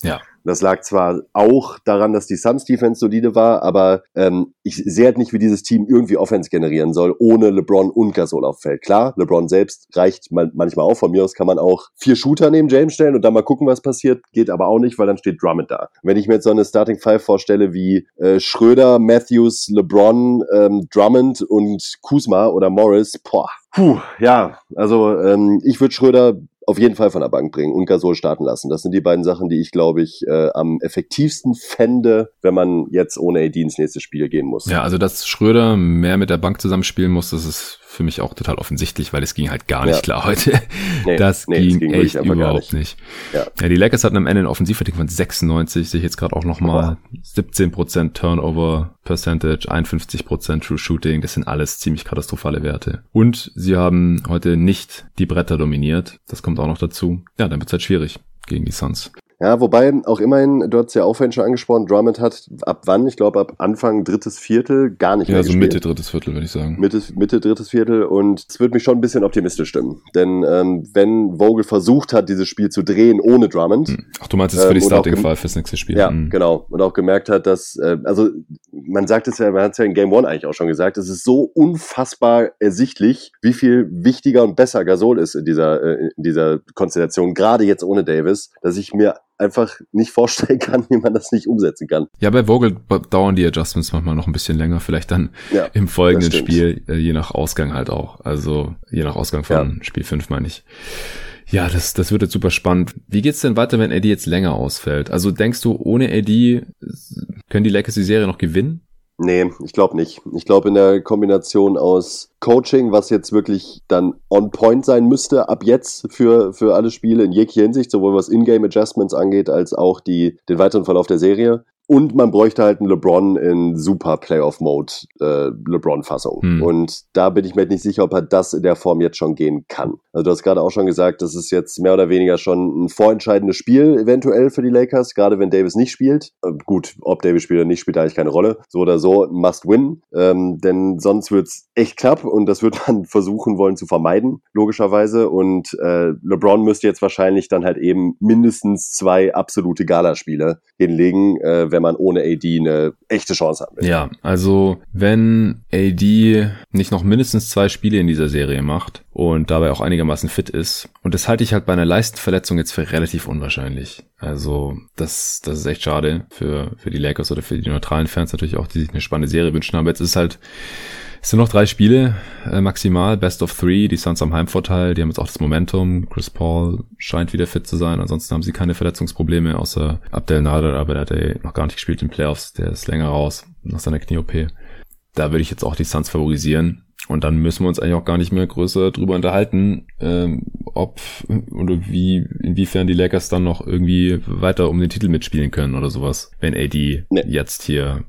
Das lag zwar auch daran, dass die Suns-Defense solide war, aber ähm, ich sehe halt nicht, wie dieses Team irgendwie Offense generieren soll, ohne LeBron und Gasol auf Feld. Klar, LeBron selbst reicht man, manchmal auch. Von mir aus kann man auch vier Shooter neben James stellen und dann mal gucken, was passiert. Geht aber auch nicht, weil dann steht Drummond da. Wenn ich mir jetzt so eine Starting Five vorstelle wie äh, Schröder, Matthews, LeBron, ähm, Drummond und Kuzma oder Morris, boah, puh, ja, also ähm, ich würde Schröder auf jeden Fall von der Bank bringen und Gasol starten lassen. Das sind die beiden Sachen, die ich, glaube ich, äh, am effektivsten fände, wenn man jetzt ohne A D ins nächste Spiel gehen muss. Ja, also dass Schröder mehr mit der Bank zusammenspielen muss, das ist für mich auch total offensichtlich, weil es ging halt gar nicht ja. klar heute. Nee, das, nee, ging das ging echt überhaupt nicht. nicht. Ja. ja, die Lakers hatten am Ende ein Offensivrating von sechsundneunzig, sehe ich jetzt gerade auch nochmal. siebzehn Prozent Turnover Percentage, einundfünfzig Prozent True Shooting, das sind alles ziemlich katastrophale Werte. Und sie haben heute nicht die Bretter dominiert, das kommt auch noch dazu. Ja, dann wird es halt schwierig gegen die Suns. Ja, wobei auch immerhin, du hast ja auch vorhin schon angesprochen, Drummond hat ab wann, ich glaube ab Anfang drittes Viertel gar nicht ja, mehr so gespielt. Mitte drittes Viertel, würde ich sagen. Mitte, Mitte drittes Viertel und es wird mich schon ein bisschen optimistisch stimmen. Denn ähm, wenn Vogel versucht hat, dieses Spiel zu drehen ohne Drummond. Ach, du meinst es für die ähm, Starting Five fürs nächste Spiel. Ja, mhm. genau. Und auch gemerkt hat, dass, äh, also man sagt es ja, man hat es ja in Game One eigentlich auch schon gesagt, es ist so unfassbar ersichtlich, wie viel wichtiger und besser Gasol ist in dieser, äh, in dieser Konstellation, gerade jetzt ohne Davis, dass ich mir einfach nicht vorstellen kann, wie man das nicht umsetzen kann. Ja, bei Vogel dauern die Adjustments manchmal noch ein bisschen länger, vielleicht dann ja, im folgenden Spiel, je nach Ausgang halt auch. Also je nach Ausgang von ja. Spiel fünf meine ich. Ja, das, das wird jetzt super spannend. Wie geht's denn weiter, wenn A D jetzt länger ausfällt? Also denkst du, ohne A D können die Lakers die Serie noch gewinnen? Nee, ich glaube nicht. Ich glaube in der Kombination aus Coaching, was jetzt wirklich dann on point sein müsste, ab jetzt für für alle Spiele in jeglicher Hinsicht, sowohl was In-Game-Adjustments angeht, als auch die den weiteren Verlauf der Serie. Und man bräuchte halt einen LeBron in super Playoff-Mode, äh, LeBron-Fassung. Hm. Und da bin ich mir nicht sicher, ob er das in der Form jetzt schon gehen kann. Also du hast gerade auch schon gesagt, das ist jetzt mehr oder weniger schon ein vorentscheidendes Spiel eventuell für die Lakers, gerade wenn Davis nicht spielt. Äh, gut, ob Davis spielt oder nicht, spielt eigentlich keine Rolle. So oder so, must win. Ähm, denn sonst wird's echt knapp und das wird man versuchen wollen zu vermeiden, logischerweise. Und äh, LeBron müsste jetzt wahrscheinlich dann halt eben mindestens zwei absolute Galaspiele hinlegen, äh, wenn man ohne A D eine echte Chance hat. Ja, also wenn A D nicht noch mindestens zwei Spiele in dieser Serie macht und dabei auch einigermaßen fit ist, und das halte ich halt bei einer Leistenverletzung jetzt für relativ unwahrscheinlich. Also das das ist echt schade für für die Lakers oder für die neutralen Fans natürlich auch, die sich eine spannende Serie wünschen. Aber jetzt ist halt Es sind noch drei Spiele äh, maximal, Best of Three, die Suns haben Heimvorteil, die haben jetzt auch das Momentum, Chris Paul scheint wieder fit zu sein, ansonsten haben sie keine Verletzungsprobleme, außer Abdel Nader, aber der hat ja noch gar nicht gespielt in den Playoffs, der ist länger raus nach seiner Knie-O P. Da würde ich jetzt auch die Suns favorisieren und dann müssen wir uns eigentlich auch gar nicht mehr größer drüber unterhalten, ähm, ob oder wie, inwiefern die Lakers dann noch irgendwie weiter um den Titel mitspielen können oder sowas, wenn A D nee. jetzt hier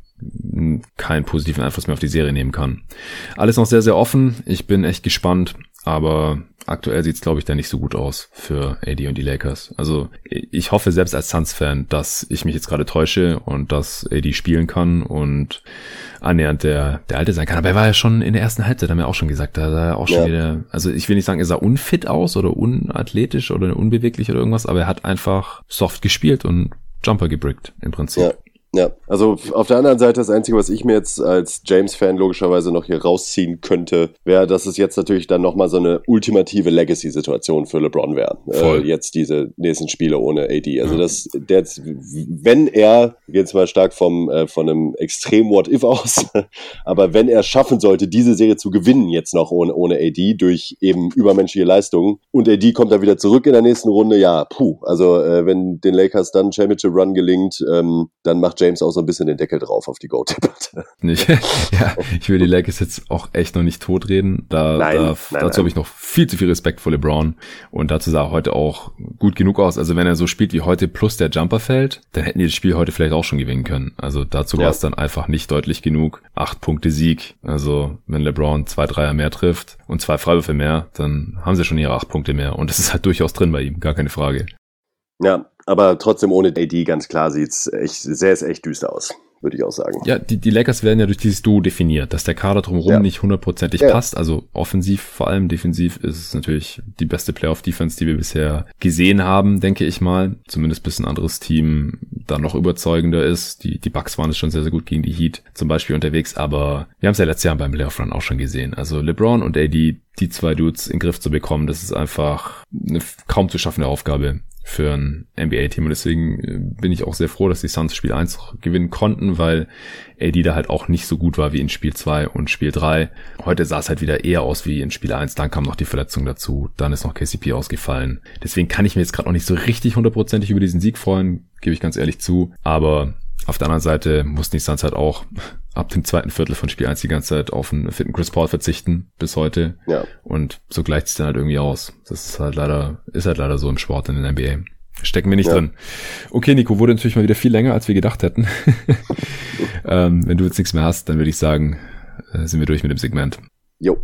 keinen positiven Einfluss mehr auf die Serie nehmen kann. Alles noch sehr, sehr offen. Ich bin echt gespannt, aber aktuell sieht es, glaube ich, da nicht so gut aus für A D und die Lakers. Also ich hoffe selbst als Suns-Fan, dass ich mich jetzt gerade täusche und dass A D spielen kann und annähernd der der Alte sein kann. Aber er war ja schon in der ersten Halbzeit, haben wir auch schon gesagt, da sah er auch schon ja. wieder, also ich will nicht sagen, er sah unfit aus oder unathletisch oder unbeweglich oder irgendwas, aber er hat einfach soft gespielt und Jumper gebrickt im Prinzip. Ja. Ja, also auf der anderen Seite, das Einzige, was ich mir jetzt als James-Fan logischerweise noch hier rausziehen könnte, wäre, dass es jetzt natürlich dann nochmal so eine ultimative Legacy-Situation für LeBron wäre. Äh, jetzt diese nächsten Spiele ohne A D. Also das, der jetzt, wenn er, wir gehen jetzt mal stark vom äh, von einem extrem What-If aus, aber wenn er schaffen sollte, diese Serie zu gewinnen jetzt noch ohne, ohne A D durch eben übermenschliche Leistungen und A D kommt dann wieder zurück in der nächsten Runde, ja, puh. Also äh, wenn den Lakers dann Championship-Run gelingt, ähm, dann macht James auch so ein bisschen den Deckel drauf auf die Go-Debatte. Nicht. Ja, ich will die Lakers jetzt auch echt noch nicht totreden. Da, nein, da, nein, dazu habe ich noch viel zu viel Respekt vor LeBron. Und dazu sah er heute auch gut genug aus. Also wenn er so spielt wie heute plus der Jumper fällt, dann hätten die das Spiel heute vielleicht auch schon gewinnen können. Also dazu ja. war es dann einfach nicht deutlich genug. Acht Punkte Sieg. Also wenn LeBron zwei Dreier mehr trifft und zwei Freiwürfe mehr, dann haben sie schon ihre acht Punkte mehr. Und das ist halt durchaus drin bei ihm. Gar keine Frage. Ja, aber trotzdem ohne A D ganz klar sieht's echt, sähe es echt düster aus, würde ich auch sagen. Ja, die, die Lakers werden ja durch dieses Duo definiert, dass der Kader drumherum ja. nicht hundertprozentig ja. passt, also offensiv vor allem, defensiv ist es natürlich die beste Playoff-Defense, die wir bisher gesehen haben, denke ich mal. Zumindest bis ein anderes Team dann noch überzeugender ist. Die, die Bucks waren es schon sehr, sehr gut gegen die Heat zum Beispiel unterwegs, aber wir haben es ja letztes Jahr beim Playoff Run auch schon gesehen. Also LeBron und A D, die zwei Dudes in den Griff zu bekommen, das ist einfach eine kaum zu schaffende Aufgabe für ein N B A-Team und deswegen bin ich auch sehr froh, dass die Suns Spiel eins gewinnen konnten, weil A D da halt auch nicht so gut war wie in Spiel zwei und Spiel drei. Heute sah es halt wieder eher aus wie in Spiel eins, dann kam noch die Verletzung dazu, dann ist noch K C P ausgefallen. Deswegen kann ich mir jetzt gerade noch nicht so richtig hundertprozentig über diesen Sieg freuen, gebe ich ganz ehrlich zu, aber auf der anderen Seite mussten die Suns halt auch ab dem zweiten Viertel von Spiel eins die ganze Zeit auf einen fitten Chris Paul verzichten bis heute. Ja. Und so gleicht es dann halt irgendwie aus. Das ist halt leider, ist halt leider so im Sport in den N B A. Stecken wir nicht ja. drin. Okay, Nico, wurde natürlich mal wieder viel länger, als wir gedacht hätten. ähm, wenn du jetzt nichts mehr hast, dann würde ich sagen, äh, sind wir durch mit dem Segment. Jo.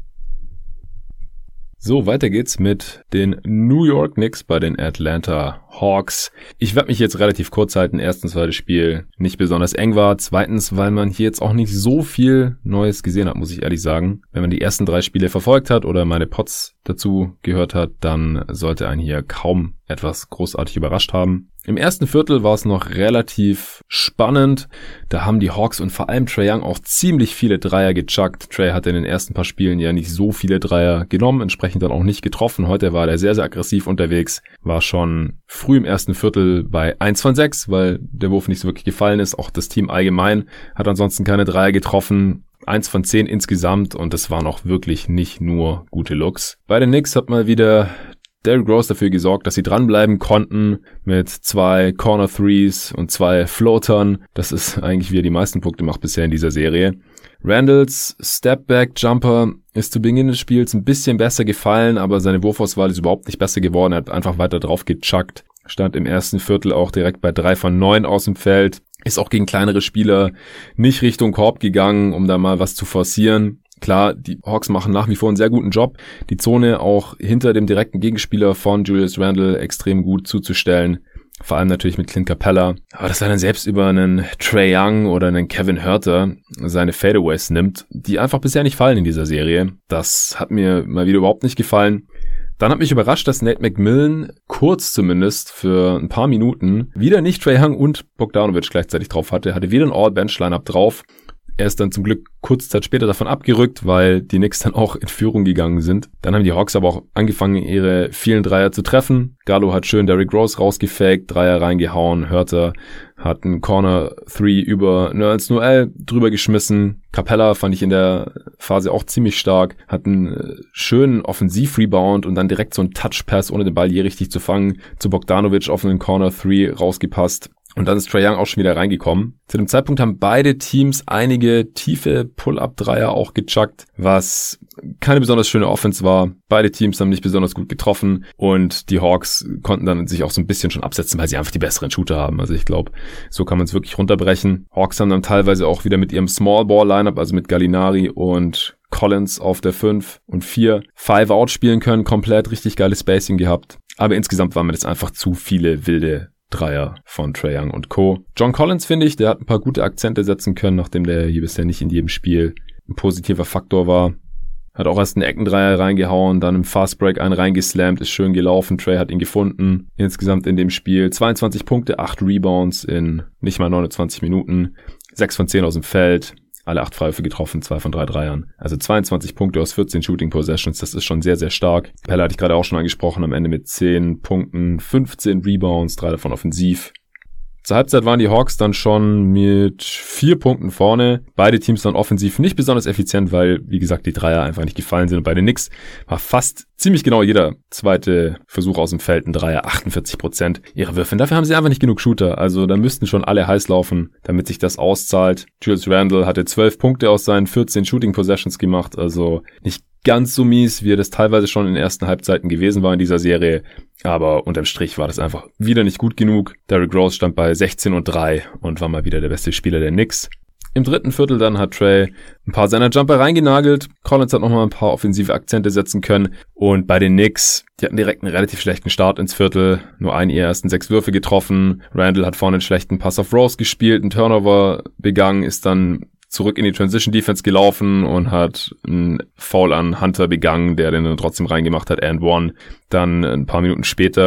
So, weiter geht's mit den New York Knicks bei den Atlanta Hawks. Ich werde mich jetzt relativ kurz halten. Erstens, weil das Spiel nicht besonders eng war. Zweitens, weil man hier jetzt auch nicht so viel Neues gesehen hat, muss ich ehrlich sagen. Wenn man die ersten drei Spiele verfolgt hat oder meine Pods dazu gehört hat, dann sollte einen hier kaum etwas großartig überrascht haben. Im ersten Viertel war es noch relativ spannend. Da haben die Hawks und vor allem Trae Young auch ziemlich viele Dreier gechuckt. Trae hatte in den ersten paar Spielen ja nicht so viele Dreier genommen, entsprechend dann auch nicht getroffen. Heute war er sehr, sehr aggressiv unterwegs. War schon früh im ersten Viertel bei eins von sechs, weil der Wurf nicht so wirklich gefallen ist. Auch das Team allgemein hat ansonsten keine Dreier getroffen. eins von zehn insgesamt und das waren auch wirklich nicht nur gute Looks. Bei den Knicks hat mal wieder Derrick Rose dafür gesorgt, dass sie dranbleiben konnten mit zwei Corner Threes und zwei Floatern. Das ist eigentlich, wie er die meisten Punkte macht bisher in dieser Serie. Randalls Stepback-Jumper ist zu Beginn des Spiels ein bisschen besser gefallen, aber seine Wurfauswahl ist überhaupt nicht besser geworden. Er hat einfach weiter drauf gechuckt. Stand im ersten Viertel auch direkt bei drei von neun aus dem Feld. Ist auch gegen kleinere Spieler nicht Richtung Korb gegangen, um da mal was zu forcieren. Klar, die Hawks machen nach wie vor einen sehr guten Job, die Zone auch hinter dem direkten Gegenspieler von Julius Randle extrem gut zuzustellen. Vor allem natürlich mit Clint Capella. Aber dass er dann selbst über einen Trae Young oder einen Kevin Huerter seine Fadeaways nimmt, die einfach bisher nicht fallen in dieser Serie, das hat mir mal wieder überhaupt nicht gefallen. Dann hat mich überrascht, dass Nate McMillan kurz zumindest für ein paar Minuten wieder nicht Trae Young und Bogdanovic gleichzeitig drauf hatte. Hatte wieder ein All-Bench-Lineup drauf. Er ist dann zum Glück kurze Zeit später davon abgerückt, weil die Knicks dann auch in Führung gegangen sind. Dann haben die Hawks aber auch angefangen, ihre vielen Dreier zu treffen. Gallo hat schön Derrick Rose rausgefaked, Dreier reingehauen. Hörter hat einen Corner drei über Nerlens Noel drüber geschmissen. Capella fand ich in der Phase auch ziemlich stark. Hat einen schönen Offensiv-Rebound und dann direkt so einen Touch-Pass, ohne den Ball je richtig zu fangen, zu Bogdanovic auf einen Corner drei rausgepasst. Und dann ist Trae Young auch schon wieder reingekommen. Zu dem Zeitpunkt haben beide Teams einige tiefe Pull-Up-Dreier auch gechuckt, was keine besonders schöne Offense war. Beide Teams haben nicht besonders gut getroffen und die Hawks konnten dann sich auch so ein bisschen schon absetzen, weil sie einfach die besseren Shooter haben. Also ich glaube, so kann man es wirklich runterbrechen. Hawks haben dann teilweise auch wieder mit ihrem Small-Ball-Lineup, also mit Gallinari und Collins auf der fünf und vier Five-Out spielen können, komplett richtig geiles Spacing gehabt. Aber insgesamt waren mir das einfach zu viele wilde Dreier von Trae Young und Co. John Collins, finde ich, der hat ein paar gute Akzente setzen können, nachdem der hier bisher nicht in jedem Spiel ein positiver Faktor war. Hat auch erst einen Eckendreier reingehauen, dann im Fastbreak einen reingeslammt, ist schön gelaufen. Trae hat ihn gefunden. Insgesamt in dem Spiel zweiundzwanzig Punkte, acht Rebounds in nicht mal neunundzwanzig Minuten, sechs von zehn aus dem Feld. Alle acht Freiwürfe getroffen, zwei von drei Dreiern. Also zweiundzwanzig Punkte aus vierzehn Shooting Possessions, das ist schon sehr, sehr stark. Pelle hatte ich gerade auch schon angesprochen, am Ende mit zehn Punkten, fünfzehn Rebounds, drei davon offensiv. Zur Halbzeit waren die Hawks dann schon mit vier Punkten vorne. Beide Teams dann offensiv nicht besonders effizient, weil, wie gesagt, die Dreier einfach nicht gefallen sind. Und bei den Knicks war fast ziemlich genau jeder zweite Versuch aus dem Feld ein Dreier, achtundvierzig Prozent ihrer Würfe. Dafür haben sie einfach nicht genug Shooter. Also da müssten schon alle heiß laufen, damit sich das auszahlt. Julius Randle hatte zwölf Punkte aus seinen vierzehn Shooting Possessions gemacht. Also nicht ganz so mies, wie er das teilweise schon in den ersten Halbzeiten gewesen war in dieser Serie. Aber unterm Strich war das einfach wieder nicht gut genug. Derrick Rose stand bei sechzehn und drei und war mal wieder der beste Spieler der Knicks. Im dritten Viertel dann hat Trae ein paar seiner Jumper reingenagelt. Collins hat nochmal ein paar offensive Akzente setzen können. Und bei den Knicks, die hatten direkt einen relativ schlechten Start ins Viertel. Nur einen ihrer ersten sechs Würfe getroffen. Randle hat vorne einen schlechten Pass auf Rose gespielt, einen Turnover begangen, ist dann zurück in die Transition Defense gelaufen und hat einen Foul an Hunter begangen, der den dann trotzdem reingemacht hat, and one. Dann ein paar Minuten später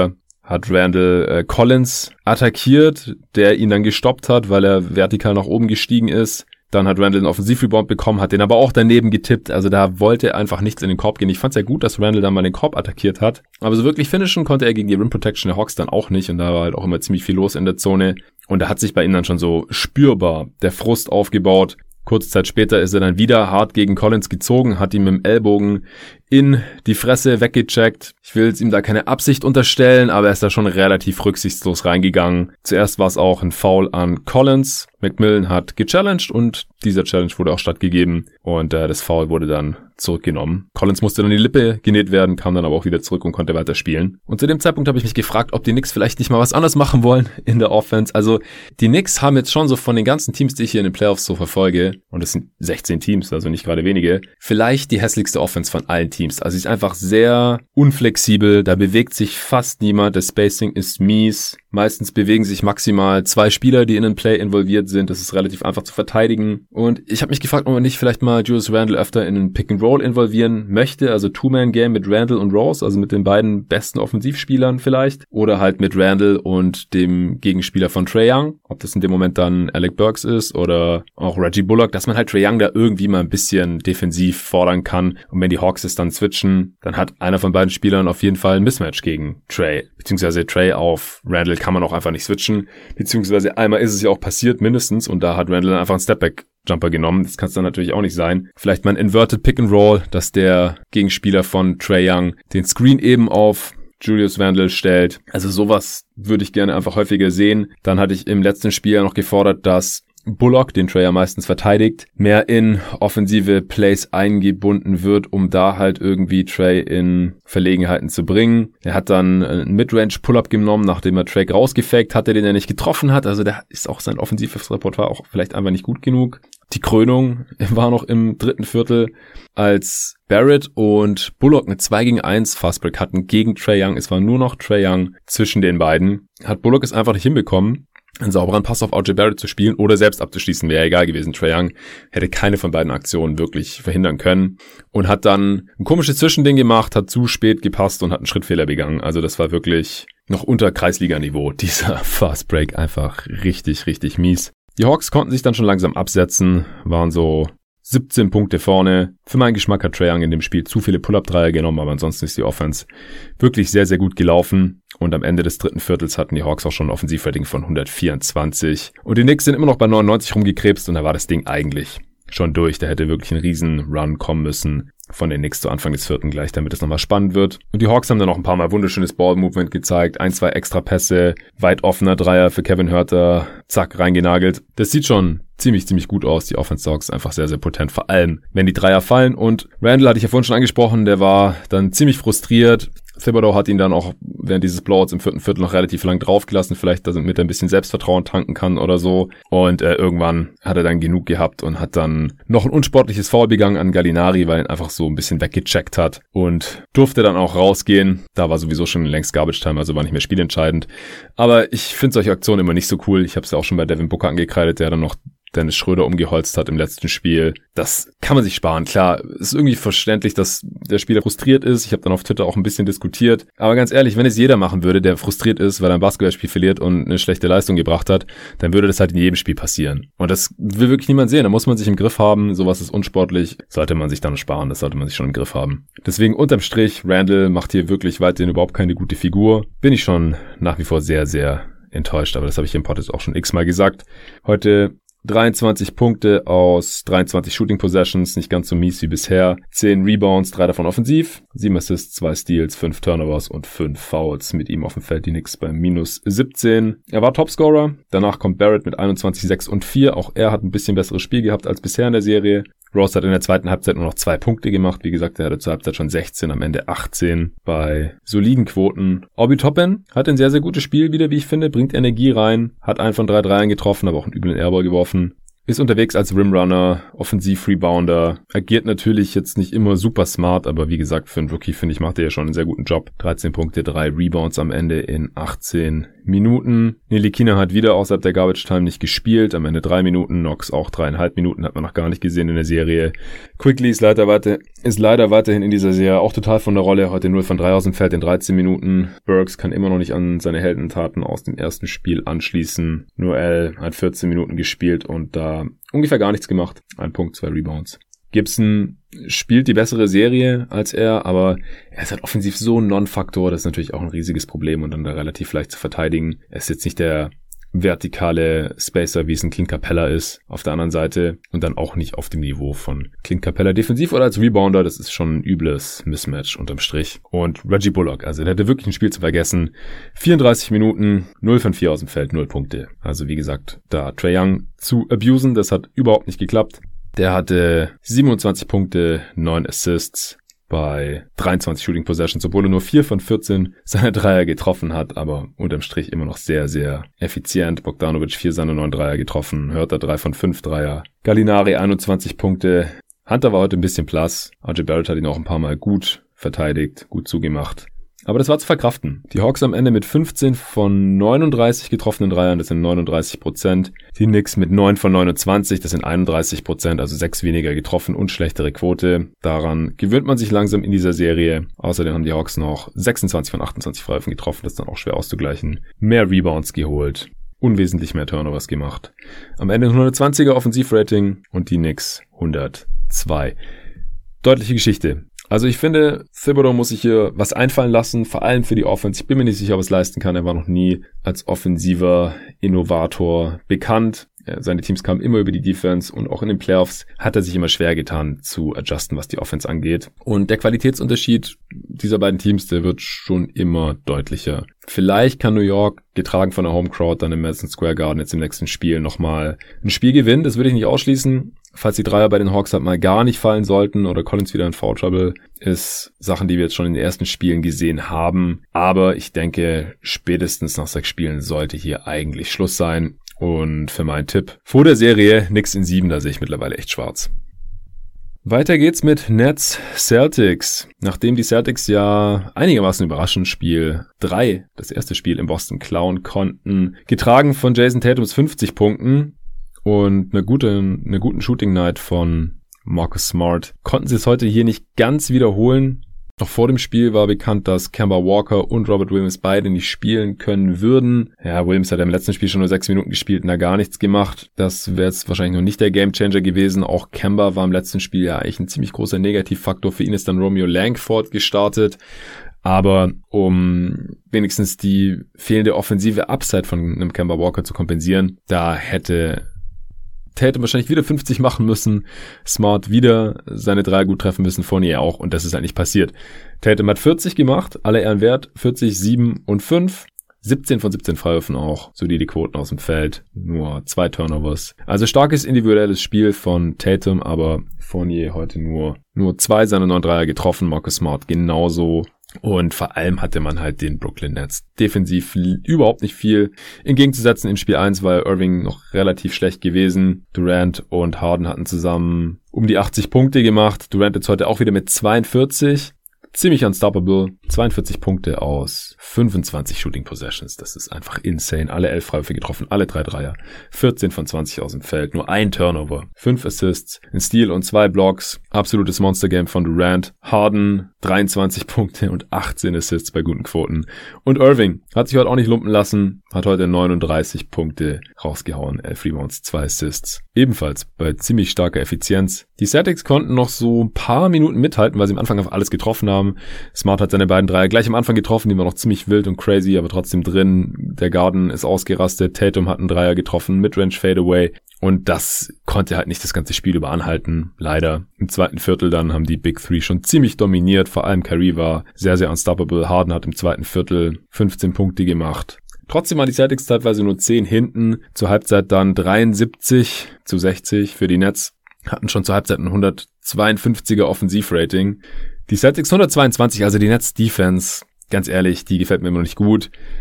hat Randle äh, Collins attackiert, der ihn dann gestoppt hat, weil er vertikal nach oben gestiegen ist. Dann hat Randle einen Offensivrebound bekommen, hat den aber auch daneben getippt. Also da wollte einfach nichts in den Korb gehen. Ich fand es ja gut, dass Randle dann mal den Korb attackiert hat. Aber so wirklich finishen konnte er gegen die Rim Protection der Hawks dann auch nicht. Und da war halt auch immer ziemlich viel los in der Zone. Und da hat sich bei ihm dann schon so spürbar der Frust aufgebaut. Kurze Zeit später ist er dann wieder hart gegen Collins gezogen, hat ihm mit dem Ellbogen in die Fresse weggecheckt. Ich will jetzt ihm da keine Absicht unterstellen, aber er ist da schon relativ rücksichtslos reingegangen. Zuerst war es auch ein Foul an Collins. McMillan hat gechallenged und dieser Challenge wurde auch stattgegeben und äh, das Foul wurde dann zurückgenommen. Collins musste dann die Lippe genäht werden, kam dann aber auch wieder zurück und konnte weiter spielen. Und zu dem Zeitpunkt habe ich mich gefragt, ob die Knicks vielleicht nicht mal was anderes machen wollen in der Offense. Also die Knicks haben jetzt schon so von den ganzen Teams, die ich hier in den Playoffs so verfolge, und es sind sechzehn Teams, also nicht gerade wenige, vielleicht die hässlichste Offense von allen Teams. Also sie ist einfach sehr unflexibel, da bewegt sich fast niemand, das Spacing ist mies. Meistens bewegen sich maximal zwei Spieler, die in einen Play involviert sind. Das ist relativ einfach zu verteidigen. Und ich habe mich gefragt, ob man nicht vielleicht mal Julius Randle öfter in einen Pick-and-Roll involvieren möchte. Also Two-Man-Game mit Randle und Rose, also mit den beiden besten Offensivspielern vielleicht. Oder halt mit Randle und dem Gegenspieler von Trae Young. Ob das in dem Moment dann Alec Burks ist oder auch Reggie Bullock. Dass man halt Trae Young da irgendwie mal ein bisschen defensiv fordern kann. Und wenn die Hawks es dann switchen, dann hat einer von beiden Spielern auf jeden Fall ein Mismatch gegen Trae. Beziehungsweise Trae auf Randle kann man auch einfach nicht switchen, beziehungsweise einmal ist es ja auch passiert mindestens und da hat Randle dann einfach einen Stepback-Jumper genommen. Das kann es dann natürlich auch nicht sein. Vielleicht mal ein Inverted Pick-and-Roll, dass der Gegenspieler von Trae Young den Screen eben auf Julius Randle stellt. Also sowas würde ich gerne einfach häufiger sehen. Dann hatte ich im letzten Spiel ja noch gefordert, dass Bullock, den Trae ja meistens verteidigt, mehr in offensive Plays eingebunden wird, um da halt irgendwie Trae in Verlegenheiten zu bringen. Er hat dann einen Midrange-Pull-Up genommen, nachdem er Trae rausgefaked hatte, den er nicht getroffen hat. Also da ist auch sein offensives Repertoire auch vielleicht einfach nicht gut genug. Die Krönung war noch im dritten Viertel, als Barrett und Bullock eine zwei gegen eins Fastbreak hatten gegen Trae Young. Es war nur noch Trae Young zwischen den beiden. Hat Bullock es einfach nicht hinbekommen, einen sauberen Pass auf R J Barrett zu spielen oder selbst abzuschließen, wäre egal gewesen. Trae Young hätte keine von beiden Aktionen wirklich verhindern können und hat dann ein komisches Zwischending gemacht, hat zu spät gepasst und hat einen Schrittfehler begangen. Also das war wirklich noch unter Kreisliga-Niveau, dieser Fastbreak, einfach richtig, richtig mies. Die Hawks konnten sich dann schon langsam absetzen, waren so siebzehn Punkte vorne. Für meinen Geschmack hat Trae Young in dem Spiel zu viele Pull-Up-Dreier genommen, aber ansonsten ist die Offense wirklich sehr, sehr gut gelaufen. Und am Ende des dritten Viertels hatten die Hawks auch schon ein Offensivrating von hundertvierundzwanzig. Und die Knicks sind immer noch bei neunundneunzig rumgekrebst und da war das Ding eigentlich schon durch. Da hätte wirklich ein riesen Run kommen müssen von den Knicks zu Anfang des vierten gleich, damit es nochmal spannend wird. Und die Hawks haben dann noch ein paar Mal wunderschönes Ball-Movement gezeigt. Ein, zwei extra Pässe, weit offener Dreier für Kevin Huerter, zack, reingenagelt. Das sieht schon ziemlich, ziemlich gut aus. Die Offense Hawks einfach sehr, sehr potent, vor allem, wenn die Dreier fallen. Und Randle hatte ich ja vorhin schon angesprochen, der war dann ziemlich frustriert. Thibodeau hat ihn dann auch während dieses Blowouts im vierten Viertel noch relativ lang draufgelassen, vielleicht damit er ein bisschen Selbstvertrauen tanken kann oder so. Und äh, irgendwann hat er dann genug gehabt und hat dann noch ein unsportliches Foul begangen an Gallinari, weil er ihn einfach so ein bisschen weggecheckt hat und durfte dann auch rausgehen. Da war sowieso schon längst Garbage Time, also war nicht mehr spielentscheidend. Aber ich finde solche Aktionen immer nicht so cool. Ich habe es ja auch schon bei Devin Booker angekreidet, der dann noch Dennis Schröder umgeholzt hat im letzten Spiel. Das kann man sich sparen. Klar, ist irgendwie verständlich, dass der Spieler frustriert ist. Ich habe dann auf Twitter auch ein bisschen diskutiert. Aber ganz ehrlich, wenn es jeder machen würde, der frustriert ist, weil er ein Basketballspiel verliert und eine schlechte Leistung gebracht hat, dann würde das halt in jedem Spiel passieren. Und das will wirklich niemand sehen. Da muss man sich im Griff haben. Sowas ist unsportlich. Sollte man sich dann sparen. Das sollte man sich schon im Griff haben. Deswegen unterm Strich, Randle macht hier wirklich weiterhin überhaupt keine gute Figur. Bin ich schon nach wie vor sehr, sehr enttäuscht. Aber das habe ich im Podcast auch schon x-mal gesagt. Heute dreiundzwanzig Punkte aus dreiundzwanzig Shooting Possessions, nicht ganz so mies wie bisher. zehn Rebounds, drei davon offensiv. sieben Assists, zwei Steals, fünf Turnovers und fünf Fouls. Mit ihm auf dem Feld die Knicks bei minus siebzehn. Er war Topscorer. Danach kommt Barrett mit einundzwanzig, sechs und vier. Auch er hat ein bisschen besseres Spiel gehabt als bisher in der Serie. Rose hat in der zweiten Halbzeit nur noch zwei Punkte gemacht. Wie gesagt, er hatte zur Halbzeit schon sechzehn, am Ende achtzehn bei soliden Quoten. Obi Toppin hat ein sehr, sehr gutes Spiel wieder, wie ich finde, bringt Energie rein, hat einen von drei Dreiern getroffen, aber auch einen üblen Airball geworfen. Ist unterwegs als Rimrunner, Offensiv-Rebounder, agiert natürlich jetzt nicht immer super smart, aber wie gesagt, für einen Rookie, finde ich, macht er ja schon einen sehr guten Job. dreizehn Punkte, drei Rebounds am Ende in achtzehn Minuten. Ntilikina hat wieder außerhalb der Garbage Time nicht gespielt. Am Ende drei Minuten. Knox auch dreieinhalb Minuten. Hat man noch gar nicht gesehen in der Serie. Quickly ist leider, weiter, ist leider weiterhin in dieser Serie auch total von der Rolle. Heute null von drei aus dem Feld in dreizehn Minuten. Burks kann immer noch nicht an seine Heldentaten aus dem ersten Spiel anschließen. Noel hat vierzehn Minuten gespielt und da ungefähr gar nichts gemacht. Ein Punkt, zwei Rebounds. Gibson spielt die bessere Serie als er, aber er ist halt offensiv so ein Non-Faktor, das ist natürlich auch ein riesiges Problem und dann da relativ leicht zu verteidigen. Er ist jetzt nicht der vertikale Spacer, wie es ein Clint Capella ist, auf der anderen Seite und dann auch nicht auf dem Niveau von Clint Capella defensiv oder als Rebounder, das ist schon ein übles Mismatch unterm Strich. Und Reggie Bullock, also der hatte wirklich ein Spiel zu vergessen. vierunddreißig Minuten, null von vier aus dem Feld, null Punkte. Also wie gesagt, da Trae Young zu abusen, das hat überhaupt nicht geklappt. Der hatte siebenundzwanzig Punkte, neun Assists bei dreiundzwanzig Shooting Possessions, obwohl er nur vier von vierzehn seine Dreier getroffen hat, aber unterm Strich immer noch sehr, sehr effizient. Bogdanovic vier seiner neun Dreier getroffen, Hörter drei von fünf Dreier, Gallinari einundzwanzig Punkte. Hunter war heute ein bisschen blass, R J Barrett hat ihn auch ein paar Mal gut verteidigt, gut zugemacht. Aber das war zu verkraften. Die Hawks am Ende mit fünfzehn von neununddreißig getroffenen Dreiern, das sind neununddreißig Prozent. Die Knicks mit neun von neunundzwanzig, das sind einunddreißig Prozent, also sechs weniger getroffen und schlechtere Quote. Daran gewöhnt man sich langsam in dieser Serie. Außerdem haben die Hawks noch sechsundzwanzig von achtundzwanzig Freiwürfen getroffen, das ist dann auch schwer auszugleichen. Mehr Rebounds geholt, unwesentlich mehr Turnovers gemacht. Am Ende hundertzwanziger Offensivrating und die Knicks hundertzwei. Deutliche Geschichte. Also ich finde, Thibodeau muss sich hier was einfallen lassen, vor allem für die Offense. Ich bin mir nicht sicher, ob er es leisten kann. Er war noch nie als offensiver Innovator bekannt. Seine Teams kamen immer über die Defense und auch in den Playoffs hat er sich immer schwer getan zu adjusten, was die Offense angeht. Und der Qualitätsunterschied dieser beiden Teams, der wird schon immer deutlicher. Vielleicht kann New York, getragen von der Home Crowd, dann im Madison Square Garden jetzt im nächsten Spiel nochmal ein Spiel gewinnen. Das würde ich nicht ausschließen. Falls die Dreier bei den Hawks halt mal gar nicht fallen sollten oder Collins wieder in Foul Trouble ist, Sachen, die wir jetzt schon in den ersten Spielen gesehen haben. Aber ich denke, spätestens nach sechs Spielen sollte hier eigentlich Schluss sein. Und für meinen Tipp vor der Serie Knicks in sieben, da sehe ich mittlerweile echt schwarz. Weiter geht's mit Nets Celtics. Nachdem die Celtics ja einigermaßen überraschend Spiel drei, das erste Spiel in Boston, klauen konnten, getragen von Jason Tatums fünfzig Punkten und eine gute, eine guten Shooting Night von Marcus Smart, konnten sie es heute hier nicht ganz wiederholen. Noch vor dem Spiel war bekannt, dass Kemba Walker und Robert Williams beide nicht spielen können würden. Ja, Williams hat im letzten Spiel schon nur sechs Minuten gespielt und da gar nichts gemacht. Das wäre jetzt wahrscheinlich noch nicht der Gamechanger gewesen. Auch Kemba war im letzten Spiel ja eigentlich ein ziemlich großer Negativfaktor. Für ihn ist dann Romeo Langford gestartet. Aber um wenigstens die fehlende offensive Upside von einem Kemba Walker zu kompensieren, da hätte Tatum wahrscheinlich wieder fünfzig machen müssen, Smart wieder seine Dreier gut treffen müssen, Fournier auch, und das ist eigentlich passiert. Tatum hat vierzig gemacht, alle Ehren wert, vierzig, sieben und fünf, siebzehn von siebzehn Freiwürfen auch, solide Quoten aus dem Feld, nur zwei Turnovers. Also starkes individuelles Spiel von Tatum, aber Fournier heute nur nur zwei seiner neun Dreier getroffen, Marcus Smart genauso. Und vor allem hatte man halt den Brooklyn Nets defensiv überhaupt nicht viel entgegenzusetzen. In Spiel eins war Irving noch relativ schlecht gewesen. Durant und Harden hatten zusammen um die achtzig Punkte gemacht. Durant jetzt heute auch wieder mit zweiundvierzig. Ziemlich unstoppable. zweiundvierzig Punkte aus fünfundzwanzig Shooting Possessions. Das ist einfach insane. Alle elf Freiwürfe getroffen, alle drei Dreier. vierzehn von zwanzig aus dem Feld. Nur ein Turnover. fünf Assists, ein Steal und zwei Blocks. Absolutes Monster-Game von Durant. Harden, dreiundzwanzig Punkte und achtzehn Assists bei guten Quoten. Und Irving hat sich heute auch nicht lumpen lassen. Hat heute neununddreißig Punkte rausgehauen. elf Rebounds, zwei Assists. Ebenfalls bei ziemlich starker Effizienz. Die Celtics konnten noch so ein paar Minuten mithalten, weil sie am Anfang auf alles getroffen haben. Smart hat seine beiden Dreier gleich am Anfang getroffen, die waren noch ziemlich wild und crazy, aber trotzdem drin. Der Garden ist ausgerastet. Tatum hat einen Dreier getroffen, Midrange Fadeaway. Und das konnte halt nicht das ganze Spiel über anhalten, leider. Im zweiten Viertel dann haben die Big Three schon ziemlich dominiert. Vor allem Kyrie war sehr, sehr unstoppable. Harden hat im zweiten Viertel fünfzehn Punkte gemacht. Trotzdem waren die Celtics teilweise nur zehn hinten. Zur Halbzeit dann dreiundsiebzig zu sechzig für die Nets. Hatten schon zur Halbzeit ein hundertzweiundfünfziger Offensivrating. Die Celtics hundertzweiundzwanzig, also die Nets Defense, ganz ehrlich, die gefällt mir immer noch nicht gut.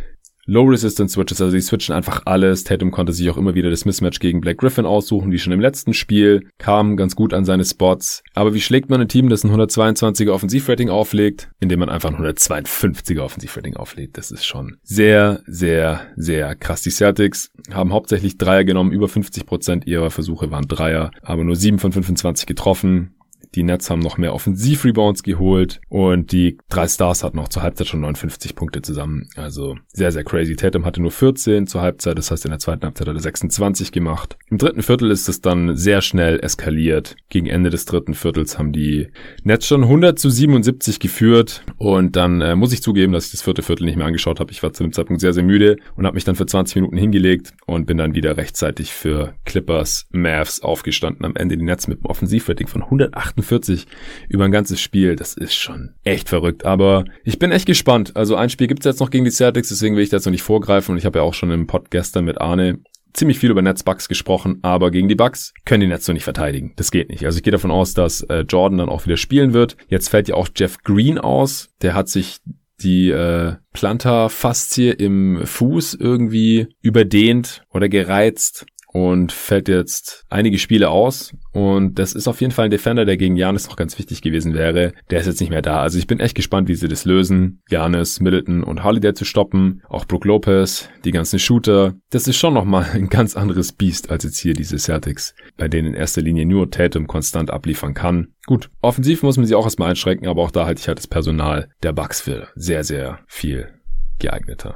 Low-Resistance-Switches, also die switchen einfach alles. Tatum konnte sich auch immer wieder das Mismatch gegen Blake Griffin aussuchen, wie schon im letzten Spiel, kam ganz gut an seine Spots. Aber wie schlägt man ein Team, das ein hundertzweiundzwanziger Offensivrating auflegt, indem man einfach ein hundertzweiundfünfziger Offensivrating auflegt? Das ist schon sehr, sehr, sehr krass. Die Celtics haben hauptsächlich Dreier genommen, über fünfzig Prozent ihrer Versuche waren Dreier, aber nur sieben von fünfundzwanzig getroffen. Die Nets haben noch mehr Offensiv-Rebounds geholt und die drei Stars hatten auch zur Halbzeit schon neunundfünfzig Punkte zusammen. Also sehr, sehr crazy. Tatum hatte nur vierzehn zur Halbzeit, das heißt in der zweiten Halbzeit hat er sechsundzwanzig gemacht. Im dritten Viertel ist es dann sehr schnell eskaliert. Gegen Ende des dritten Viertels haben die Nets schon hundert zu siebenundsiebzig geführt und dann äh, muss ich zugeben, dass ich das vierte Viertel nicht mehr angeschaut habe. Ich war zu dem Zeitpunkt sehr, sehr müde und habe mich dann für zwanzig Minuten hingelegt und bin dann wieder rechtzeitig für Clippers Mavs aufgestanden. Am Ende die Nets mit einem Offensivrating von hundertachtundvierzig über ein ganzes Spiel. Das ist schon echt verrückt. Aber ich bin echt gespannt. Also ein Spiel gibt's jetzt noch gegen die Celtics, deswegen will ich da jetzt noch nicht vorgreifen. Und ich habe ja auch schon im Pod gestern mit Arne ziemlich viel über Nets Bucks gesprochen, aber gegen die Bucks können die Nets so nicht verteidigen. Das geht nicht. Also ich gehe davon aus, dass äh, Jordan dann auch wieder spielen wird. Jetzt fällt ja auch Jeff Green aus. Der hat sich die äh, Plantarfaszie im Fuß irgendwie überdehnt oder gereizt und fällt jetzt einige Spiele aus. Und das ist auf jeden Fall ein Defender, der gegen Giannis noch ganz wichtig gewesen wäre. Der ist jetzt nicht mehr da. Also ich bin echt gespannt, wie sie das lösen, Giannis, Middleton und Holiday zu stoppen. Auch Brook Lopez, die ganzen Shooter. Das ist schon nochmal ein ganz anderes Biest als jetzt hier diese Celtics, bei denen in erster Linie nur Tatum konstant abliefern kann. Gut, offensiv muss man sie auch erstmal einschränken, aber auch da halte ich halt das Personal der Bucks für sehr, sehr viel geeigneter.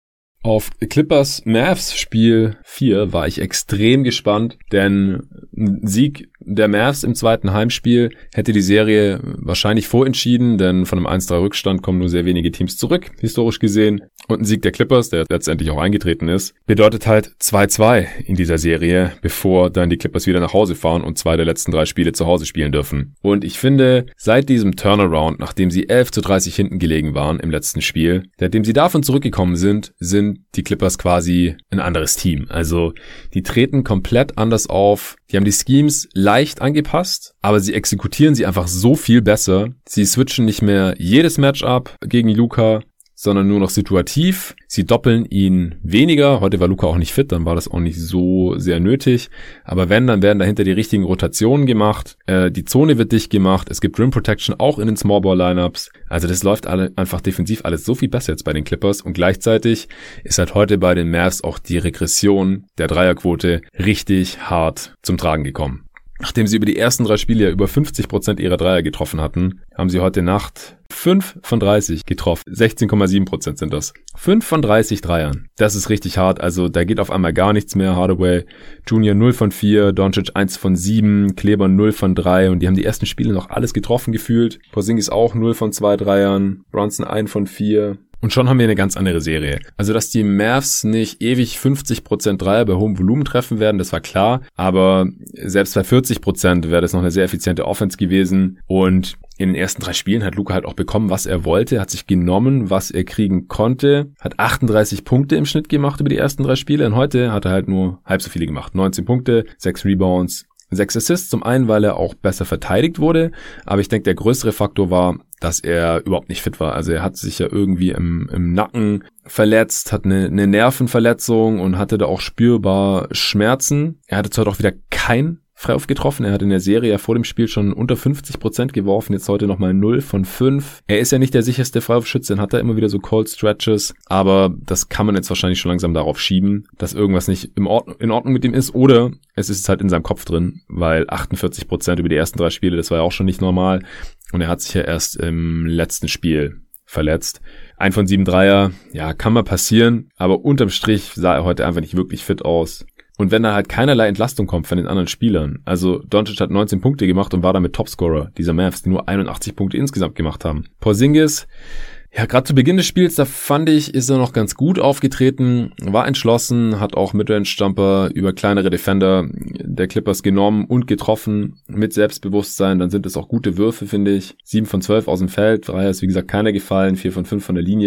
Auf Clippers Mavs Spiel vier war ich extrem gespannt, denn ein Sieg der Mavs im zweiten Heimspiel hätte die Serie wahrscheinlich vorentschieden, denn von einem eins drei Rückstand kommen nur sehr wenige Teams zurück, historisch gesehen. Und ein Sieg der Clippers, der letztendlich auch eingetreten ist, bedeutet halt zwei zwei in dieser Serie, bevor dann die Clippers wieder nach Hause fahren und zwei der letzten drei Spiele zu Hause spielen dürfen. Und ich finde, seit diesem Turnaround, nachdem sie elf zu dreißig hinten gelegen waren im letzten Spiel, seitdem sie davon zurückgekommen sind, sind die Clippers quasi ein anderes Team. Also die treten komplett anders auf. Die haben die Schemes leicht angepasst, aber sie exekutieren sie einfach so viel besser. Sie switchen nicht mehr jedes Matchup gegen Luka, sondern nur noch situativ. Sie doppeln ihn weniger. Heute war Luka auch nicht fit, dann war das auch nicht so sehr nötig. Aber wenn, dann werden dahinter die richtigen Rotationen gemacht. Äh, die Zone wird dicht gemacht. Es gibt Rim Protection auch in den Smallball-Lineups. Also das läuft alle einfach defensiv alles so viel besser jetzt bei den Clippers. Und gleichzeitig ist halt heute bei den Mavs auch die Regression der Dreierquote richtig hart zum Tragen gekommen. Nachdem sie über die ersten drei Spiele ja über fünfzig Prozent ihrer Dreier getroffen hatten, haben sie heute Nacht fünf von dreißig getroffen. sechzehn Komma sieben Prozent sind das. fünf von dreißig Dreiern. Das ist richtig hart. Also da geht auf einmal gar nichts mehr. Hardaway Junior null von vier, Doncic eins von sieben, Kleber null von drei und die haben die ersten Spiele noch alles getroffen gefühlt. Porzingis auch null von zwei Dreiern, Brunson eins von vier. Und schon haben wir eine ganz andere Serie. Also, dass die Mavs nicht ewig fünfzig Prozent Dreier bei hohem Volumen treffen werden, das war klar. Aber selbst bei vierzig Prozent wäre das noch eine sehr effiziente Offense gewesen. Und in den ersten drei Spielen hat Luka halt auch bekommen, was er wollte, hat sich genommen, was er kriegen konnte, hat achtunddreißig Punkte im Schnitt gemacht über die ersten drei Spiele. Und heute hat er halt nur halb so viele gemacht. neunzehn Punkte, sechs Rebounds, sechs Assists. Zum einen, weil er auch besser verteidigt wurde. Aber ich denke, der größere Faktor war, dass er überhaupt nicht fit war. Also er hat sich ja irgendwie im, im Nacken verletzt, hat eine, eine Nervenverletzung und hatte da auch spürbar Schmerzen. Er hatte zwar auch wieder kein Freiwurf getroffen. Er hat in der Serie ja vor dem Spiel schon unter fünfzig Prozent geworfen, jetzt heute nochmal null von fünf. Er ist ja nicht der sicherste Freiwurfschütze, dann hat er immer wieder so Cold Stretches, aber das kann man jetzt wahrscheinlich schon langsam darauf schieben, dass irgendwas nicht in Ordnung, in Ordnung mit ihm ist, oder es ist halt in seinem Kopf drin, weil achtundvierzig Prozent über die ersten drei Spiele, das war ja auch schon nicht normal. Und er hat sich ja erst im letzten Spiel verletzt. Ein von sieben Dreier, ja, kann mal passieren, aber unterm Strich sah er heute einfach nicht wirklich fit aus. Und wenn da halt keinerlei Entlastung kommt von den anderen Spielern, also Doncic hat neunzehn Punkte gemacht und war damit Topscorer dieser Mavs, die nur einundachtzig Punkte insgesamt gemacht haben. Porzingis, ja, gerade zu Beginn des Spiels, da fand ich, ist er noch ganz gut aufgetreten, war entschlossen, hat auch Midrange-Jumper über kleinere Defender der Clippers genommen und getroffen mit Selbstbewusstsein. Dann sind es auch gute Würfe, finde ich. sieben von zwölf aus dem Feld, Dreier ist wie gesagt keiner gefallen, vier von fünf von der Linie.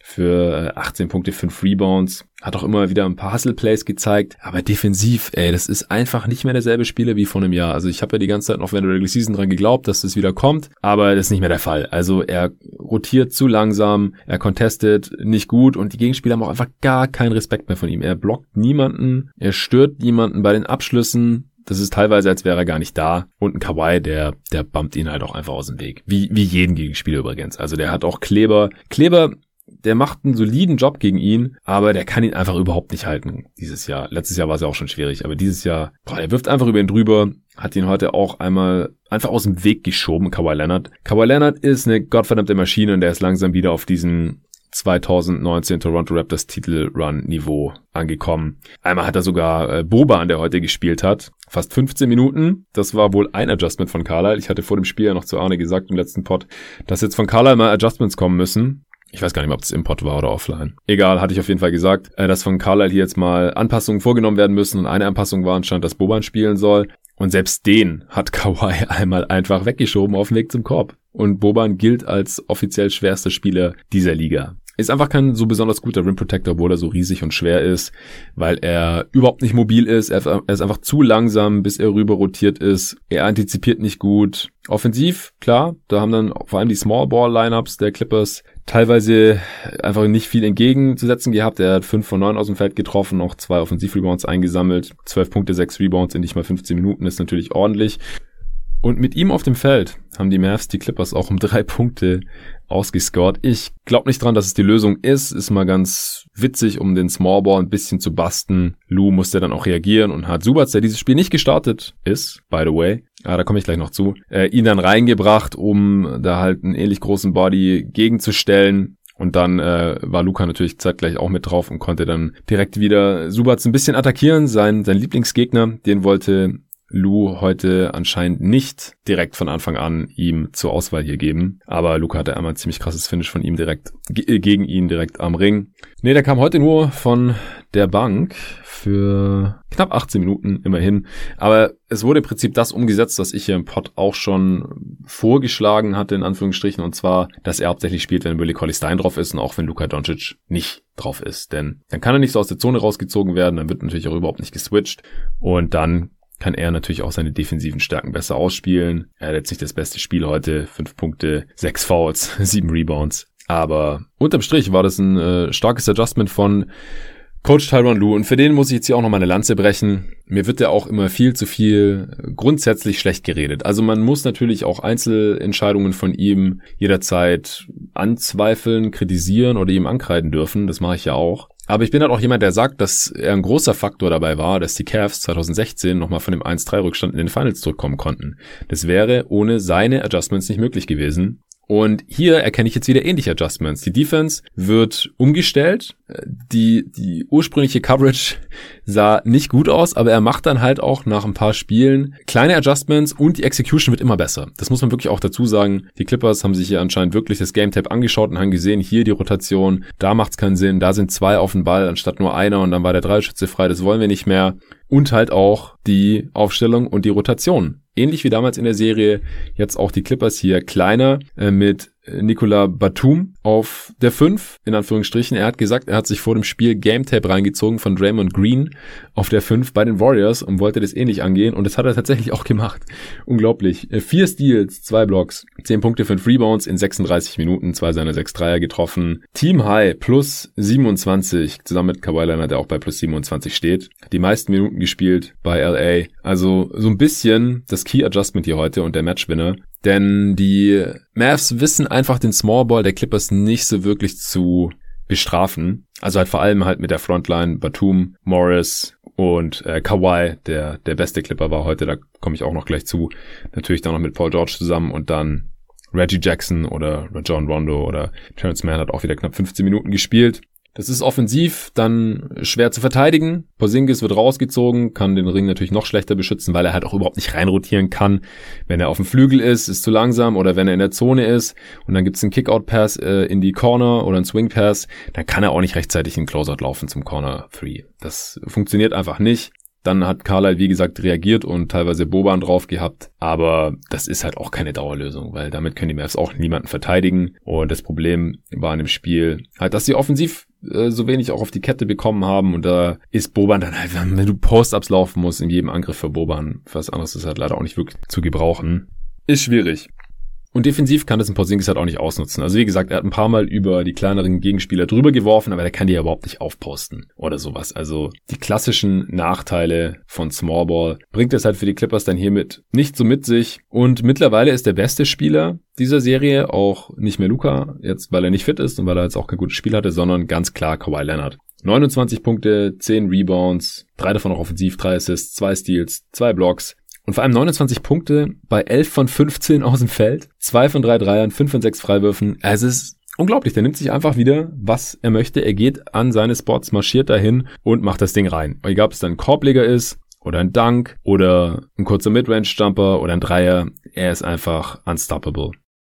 für achtzehn Punkte, fünf Rebounds. Hat auch immer wieder ein paar Hustle-Plays gezeigt. Aber defensiv, ey, das ist einfach nicht mehr derselbe Spieler wie vor einem Jahr. Also ich habe ja die ganze Zeit noch während der Regular Season dran geglaubt, dass das wieder kommt. Aber das ist nicht mehr der Fall. Also er rotiert zu langsam, er contestet nicht gut und die Gegenspieler haben auch einfach gar keinen Respekt mehr von ihm. Er blockt niemanden, er stört niemanden bei den Abschlüssen. Das ist teilweise, als wäre er gar nicht da. Und ein Kawhi, der, der bumpt ihn halt auch einfach aus dem Weg. Wie, wie jeden Gegenspieler übrigens. Also der hat auch Kleber. Kleber, der macht einen soliden Job gegen ihn, aber der kann ihn einfach überhaupt nicht halten dieses Jahr. Letztes Jahr war es ja auch schon schwierig, aber dieses Jahr, boah, er wirft einfach über ihn drüber, hat ihn heute auch einmal einfach aus dem Weg geschoben, Kawhi Leonard. Kawhi Leonard ist eine gottverdammte Maschine und der ist langsam wieder auf diesen zwanzig neunzehn Toronto Raptors Titel-Run-Niveau angekommen. Einmal hat er sogar äh, Boban, der heute gespielt hat, fast fünfzehn Minuten. Das war wohl ein Adjustment von Carlisle. Ich hatte vor dem Spiel ja noch zu Arne gesagt im letzten Pod, dass jetzt von Carlisle mal Adjustments kommen müssen. Ich weiß gar nicht mehr, ob das im Pod war oder offline. Egal, hatte ich auf jeden Fall gesagt, äh, dass von Carlisle hier jetzt mal Anpassungen vorgenommen werden müssen. Und eine Anpassung war anscheinend, dass Boban spielen soll. Und selbst den hat Kawhi einmal einfach weggeschoben auf dem Weg zum Korb. Und Boban gilt als offiziell schwerster Spieler dieser Liga. Ist einfach kein so besonders guter Rim Protector, obwohl er so riesig und schwer ist, weil er überhaupt nicht mobil ist. Er ist einfach zu langsam, bis er rüber rotiert ist. Er antizipiert nicht gut. Offensiv, klar, da haben dann vor allem die Small Ball Lineups der Clippers teilweise einfach nicht viel entgegenzusetzen gehabt. Er hat fünf von neun aus dem Feld getroffen, auch zwei Offensiv-Rebounds eingesammelt. zwölf Punkte, sechs Rebounds in nicht mal fünfzehn Minuten ist natürlich ordentlich. Und mit ihm auf dem Feld haben die Mavs die Clippers auch um drei Punkte ausgescored. Ich glaube nicht dran, dass es die Lösung ist. Ist mal ganz witzig, um den Smallball ein bisschen zu basten. Lou musste dann auch reagieren und hat Zubac, der dieses Spiel nicht gestartet ist, by the way, ah, da komme ich gleich noch zu, äh, ihn dann reingebracht, um da halt einen ähnlich großen Body gegenzustellen. Und dann äh, war Luka natürlich zeitgleich auch mit drauf und konnte dann direkt wieder Zubac ein bisschen attackieren. Sein, sein Lieblingsgegner, den wollte Lou heute anscheinend nicht direkt von Anfang an ihm zur Auswahl hier geben. Aber Luka hatte einmal ein ziemlich krasses Finish von ihm direkt, ge- gegen ihn direkt am Ring. Nee, der kam heute nur von der Bank für knapp achtzehn Minuten immerhin. Aber es wurde im Prinzip das umgesetzt, was ich hier im Pod auch schon vorgeschlagen hatte, in Anführungsstrichen. Und zwar, dass er hauptsächlich spielt, wenn Willie Cauley-Stein drauf ist und auch wenn Luka Doncic nicht drauf ist. Denn dann kann er nicht so aus der Zone rausgezogen werden, dann wird natürlich auch überhaupt nicht geswitcht. Und dann kann er natürlich auch seine defensiven Stärken besser ausspielen. Er hat jetzt nicht das beste Spiel heute. Fünf Punkte, sechs Fouls, sieben Rebounds. Aber unterm Strich war das ein äh, starkes Adjustment von Coach Tyronn Lue. Und für den muss ich jetzt hier auch noch mal eine Lanze brechen. Mir wird ja auch immer viel zu viel grundsätzlich schlecht geredet. Also man muss natürlich auch Einzelentscheidungen von ihm jederzeit anzweifeln, kritisieren oder ihm ankreiden dürfen. Das mache ich ja auch. Aber ich bin halt auch jemand, der sagt, dass er ein großer Faktor dabei war, dass die Cavs zwanzig sechzehn nochmal von dem eins drei Rückstand in den Finals zurückkommen konnten. Das wäre ohne seine Adjustments nicht möglich gewesen. Und hier erkenne ich jetzt wieder ähnliche Adjustments. Die Defense wird umgestellt. Die, die ursprüngliche Coverage sah nicht gut aus, aber er macht dann halt auch nach ein paar Spielen kleine Adjustments und die Execution wird immer besser. Das muss man wirklich auch dazu sagen. Die Clippers haben sich hier anscheinend wirklich das Game Tape angeschaut und haben gesehen, hier die Rotation, da macht's keinen Sinn, da sind zwei auf dem Ball anstatt nur einer und dann war der Dreischütze frei, das wollen wir nicht mehr. Und halt auch die Aufstellung und die Rotation. Ähnlich wie damals in der Serie, jetzt auch die Clippers hier kleiner äh, mit Nicolas Batum auf der fünf, in Anführungsstrichen. Er hat gesagt, er hat sich vor dem Spiel Game Tape reingezogen von Draymond Green auf der fünf bei den Warriors und wollte das ähnlich angehen und das hat er tatsächlich auch gemacht. Unglaublich. Vier Steals, zwei Blocks, zehn Punkte, fünf Rebounds in sechsunddreißig Minuten, zwei seiner sechs Dreier getroffen. Team High plus siebenundzwanzig, zusammen mit Kawhi Leonard, der auch bei plus siebenundzwanzig steht. Die meisten Minuten gespielt bei L A. Also so ein bisschen das Key Adjustment hier heute und der Matchwinner. Denn die Mavs wissen einfach den Small Ball der Clippers nicht so wirklich zu bestrafen. Also halt vor allem halt mit der Frontline Batum, Morris und äh, Kawhi, der der beste Clipper war heute, da komme ich auch noch gleich zu. Natürlich dann noch mit Paul George zusammen und dann Reggie Jackson oder Rajon Rondo oder Terrence Mann hat auch wieder knapp fünfzehn Minuten gespielt. Das ist offensiv dann schwer zu verteidigen. Porzingis wird rausgezogen, kann den Ring natürlich noch schlechter beschützen, weil er halt auch überhaupt nicht reinrotieren kann. Wenn er auf dem Flügel ist, ist zu langsam oder wenn er in der Zone ist und dann gibt's einen Kickout-Pass äh, in die Corner oder einen Swing-Pass, dann kann er auch nicht rechtzeitig in Closeout laufen zum Corner drei. Das funktioniert einfach nicht. Dann hat Carlisle, wie gesagt, reagiert und teilweise Boban drauf gehabt. Aber das ist halt auch keine Dauerlösung, weil damit können die Mavs auch niemanden verteidigen. Und das Problem war in dem Spiel halt, dass sie offensiv äh, so wenig auch auf die Kette bekommen haben. Und da ist Boban dann halt, wenn du Post-Ups laufen musst, in jedem Angriff für Boban. Was anderes ist halt leider auch nicht wirklich zu gebrauchen. Ist schwierig. Und defensiv kann das ein Porzingis halt auch nicht ausnutzen. Also wie gesagt, er hat ein paar Mal über die kleineren Gegenspieler drüber geworfen, aber der kann die ja überhaupt nicht aufposten oder sowas. Also die klassischen Nachteile von Smallball bringt es halt für die Clippers dann hiermit nicht so mit sich. Und mittlerweile ist der beste Spieler dieser Serie auch nicht mehr Luka, jetzt weil er nicht fit ist und weil er jetzt auch kein gutes Spiel hatte, sondern ganz klar Kawhi Leonard. neunundzwanzig Punkte, zehn Rebounds, drei davon auch offensiv, drei Assists, zwei Steals, zwei Blocks. Und vor allem neunundzwanzig Punkte bei elf von fünfzehn aus dem Feld, zwei von drei Dreiern, fünf von sechs Freiwürfen. Also es ist unglaublich. Der nimmt sich einfach wieder, was er möchte. Er geht an seine Spots, marschiert dahin und macht das Ding rein. Egal, ob es dann ein Korbleger ist oder ein Dunk oder ein kurzer Midrange-Jumper oder ein Dreier. Er ist einfach unstoppable.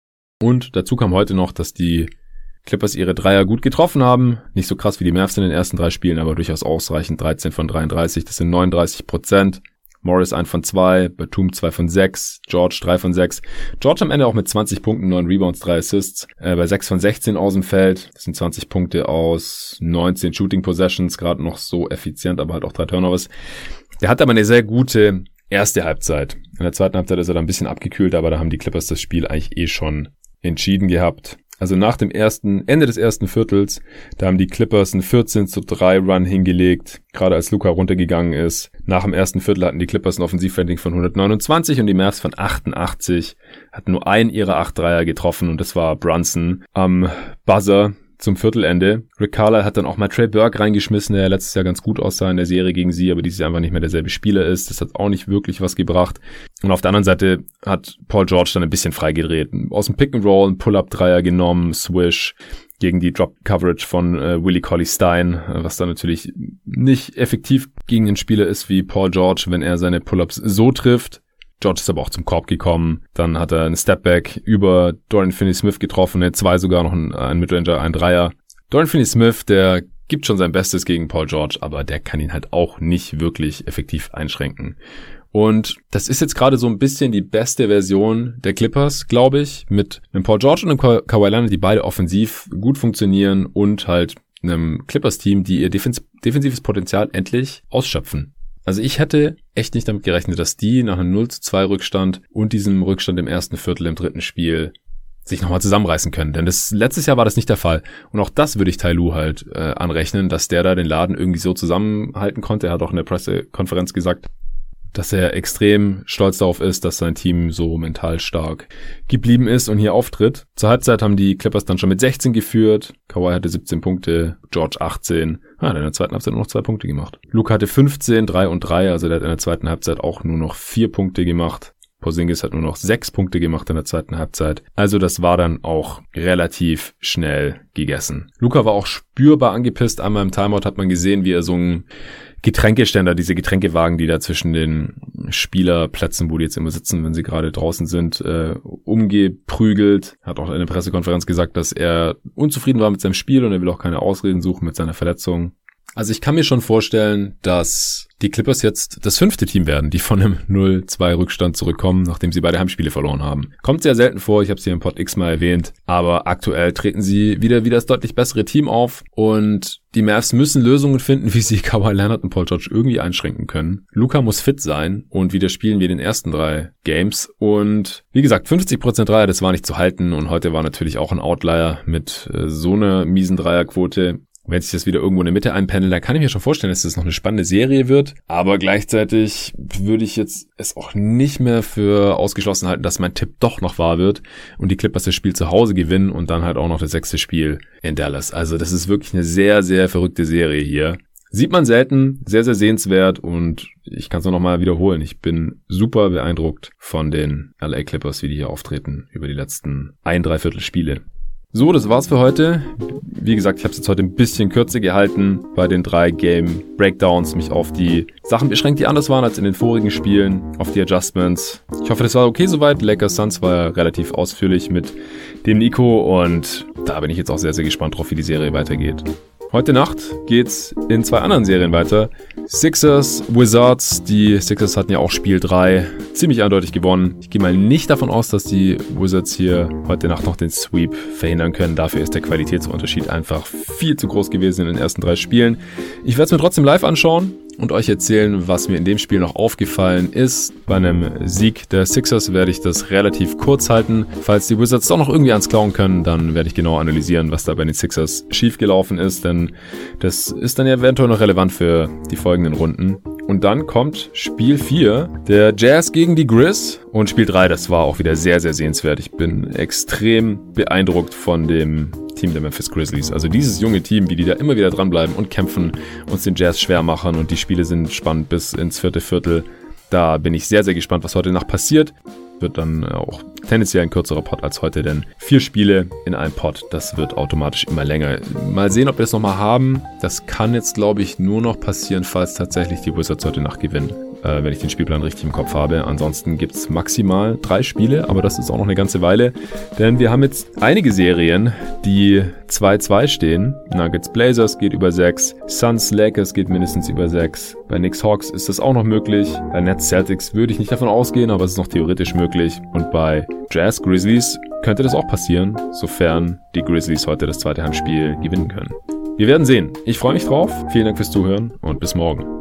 Und dazu kam heute noch, dass die Clippers ihre Dreier gut getroffen haben. Nicht so krass wie die Mavs in den ersten drei Spielen, aber durchaus ausreichend. dreizehn von dreiunddreißig, das sind neununddreißig Prozent. Morris eins von zwei, Batum zwei von sechs, George drei von sechs. George am Ende auch mit zwanzig Punkten, neun Rebounds, drei Assists, äh, bei sechs von sechzehn aus dem Feld. Das sind zwanzig Punkte aus neunzehn Shooting Possessions, gerade noch so effizient, aber halt auch drei Turnovers. Der hat aber eine sehr gute erste Halbzeit. In der zweiten Halbzeit ist er da ein bisschen abgekühlt, aber da haben die Clippers das Spiel eigentlich eh schon entschieden gehabt. Also nach dem ersten, Ende des ersten Viertels, da haben die Clippers einen vierzehn zu drei Run hingelegt, gerade als Luka runtergegangen ist. Nach dem ersten Viertel hatten die Clippers ein Offensivrating von hundertneunundzwanzig und die Mavs von achtundachtzig, hatten nur einen ihrer acht Dreier getroffen und das war Brunson am Buzzer zum Viertelende. Rick Carlisle hat dann auch mal Trey Burke reingeschmissen, der letztes Jahr ganz gut aussah in der Serie gegen sie, aber dieses Jahr einfach nicht mehr derselbe Spieler ist. Das hat auch nicht wirklich was gebracht. Und auf der anderen Seite hat Paul George dann ein bisschen freigedreht. Aus dem Pick-and-Roll ein Pull-Up-Dreier genommen, Swish gegen die Drop-Coverage von äh, Willie Cauley-Stein, was dann natürlich nicht effektiv gegen einen Spieler ist wie Paul George, wenn er seine Pull-Ups so trifft. George ist aber auch zum Korb gekommen. Dann hat er einen Stepback über Dorian Finney-Smith getroffen. Er hat zwei sogar noch ein, ein Midranger, ein Dreier. Dorian Finney-Smith, der gibt schon sein Bestes gegen Paul George, aber der kann ihn halt auch nicht wirklich effektiv einschränken. Und das ist jetzt gerade so ein bisschen die beste Version der Clippers, glaube ich, mit einem Paul George und einem Ka- Kawhi Leonard, die beide offensiv gut funktionieren und halt einem Clippers-Team, die ihr defens- defensives Potenzial endlich ausschöpfen. Also ich hätte echt nicht damit gerechnet, dass die nach einem null zu zwei Rückstand und diesem Rückstand im ersten Viertel im dritten Spiel sich nochmal zusammenreißen können. Denn das letztes Jahr war das nicht der Fall. Und auch das würde ich Ty Lue halt äh, anrechnen, dass der da den Laden irgendwie so zusammenhalten konnte. Er hat auch in der Pressekonferenz gesagt, dass er extrem stolz darauf ist, dass sein Team so mental stark geblieben ist und hier auftritt. Zur Halbzeit haben die Clippers dann schon mit sechzehn geführt. Kawhi hatte siebzehn Punkte, George achtzehn. Ah, der hat in der zweiten Halbzeit nur noch zwei Punkte gemacht. Luka hatte fünfzehn, drei und drei, also der hat in der zweiten Halbzeit auch nur noch vier Punkte gemacht. Porzingis hat nur noch sechs Punkte gemacht in der zweiten Halbzeit. Also das war dann auch relativ schnell gegessen. Luka war auch spürbar angepisst. Einmal im Timeout hat man gesehen, wie er so ein Getränkeständer, diese Getränkewagen, die da zwischen den Spielerplätzen, wo die jetzt immer sitzen, wenn sie gerade draußen sind, äh, umgeprügelt. Hat auch in der Pressekonferenz gesagt, dass er unzufrieden war mit seinem Spiel und er will auch keine Ausreden suchen mit seiner Verletzung. Also ich kann mir schon vorstellen, dass die Clippers jetzt das fünfte Team werden, die von einem null zwei Rückstand zurückkommen, nachdem sie beide Heimspiele verloren haben. Kommt sehr selten vor, ich habe es hier im Pod x-mal erwähnt, aber aktuell treten sie wieder wie das deutlich bessere Team auf und die Mavs müssen Lösungen finden, wie sie Kawhi Leonard und Paul George irgendwie einschränken können. Luka muss fit sein und wieder spielen wir in den ersten drei Games und wie gesagt, fünfzig Prozent Dreier, das war nicht zu halten und heute war natürlich auch ein Outlier mit äh, so einer miesen Dreierquote. Wenn sich das wieder irgendwo in der Mitte einpendelt, dann kann ich mir schon vorstellen, dass das noch eine spannende Serie wird. Aber gleichzeitig würde ich jetzt es auch nicht mehr für ausgeschlossen halten, dass mein Tipp doch noch wahr wird und die Clippers das Spiel zu Hause gewinnen und dann halt auch noch das sechste Spiel in Dallas. Also das ist wirklich eine sehr, sehr verrückte Serie hier. Sieht man selten, sehr, sehr sehenswert und ich kann es nur noch mal wiederholen. Ich bin super beeindruckt von den L A Clippers, wie die hier auftreten über die letzten ein Dreiviertel Spiele. So, das war's für heute. Wie gesagt, ich habe es jetzt heute ein bisschen kürzer gehalten bei den drei Game Breakdowns, mich auf die Sachen beschränkt, die anders waren als in den vorigen Spielen, auf die Adjustments. Ich hoffe, das war okay soweit. Lakers Suns war ja relativ ausführlich mit dem Nico und da bin ich jetzt auch sehr, sehr gespannt drauf, wie die Serie weitergeht. Heute Nacht geht's in zwei anderen Serien weiter. Sixers, Wizards. Die Sixers hatten ja auch Spiel drei ziemlich eindeutig gewonnen. Ich gehe mal nicht davon aus, dass die Wizards hier heute Nacht noch den Sweep verhindern können. Dafür ist der Qualitätsunterschied einfach viel zu groß gewesen in den ersten drei Spielen. Ich werde es mir trotzdem live anschauen und euch erzählen, was mir in dem Spiel noch aufgefallen ist. Bei einem Sieg der Sixers werde ich das relativ kurz halten. Falls die Wizards doch noch irgendwie ans Klauen können, dann werde ich genau analysieren, was da bei den Sixers schiefgelaufen ist, denn das ist dann ja eventuell noch relevant für die folgenden Runden. Und dann kommt Spiel vier, der Jazz gegen die Grizz. Und Spiel drei, das war auch wieder sehr, sehr sehenswert. Ich bin extrem beeindruckt von dem Team der Memphis Grizzlies. Also dieses junge Team, wie die da immer wieder dranbleiben und kämpfen, uns den Jazz schwer machen und die Spiele sind spannend bis ins vierte Viertel. Da bin ich sehr, sehr gespannt, was heute Nacht passiert. Wird dann auch tendenziell ein kürzerer Pod als heute, denn vier Spiele in einem Pod, das wird automatisch immer länger. Mal sehen, ob wir das nochmal haben. Das kann jetzt, glaube ich, nur noch passieren, falls tatsächlich die Wizards heute Nacht gewinnen, äh, wenn ich den Spielplan richtig im Kopf habe. Ansonsten gibt es maximal drei Spiele, aber das ist auch noch eine ganze Weile, denn wir haben jetzt einige Serien, die zwei zwei stehen. Nuggets Blazers geht über sechs, Suns Lakers geht mindestens über sechs. Bei Knicks Hawks ist das auch noch möglich. Bei Nets Celtics würde ich nicht davon ausgehen, aber es ist noch theoretisch möglich. Und bei Jazz Grizzlies könnte das auch passieren, sofern die Grizzlies heute das zweite Heimspiel gewinnen können. Wir werden sehen. Ich freue mich drauf. Vielen Dank fürs Zuhören und bis morgen.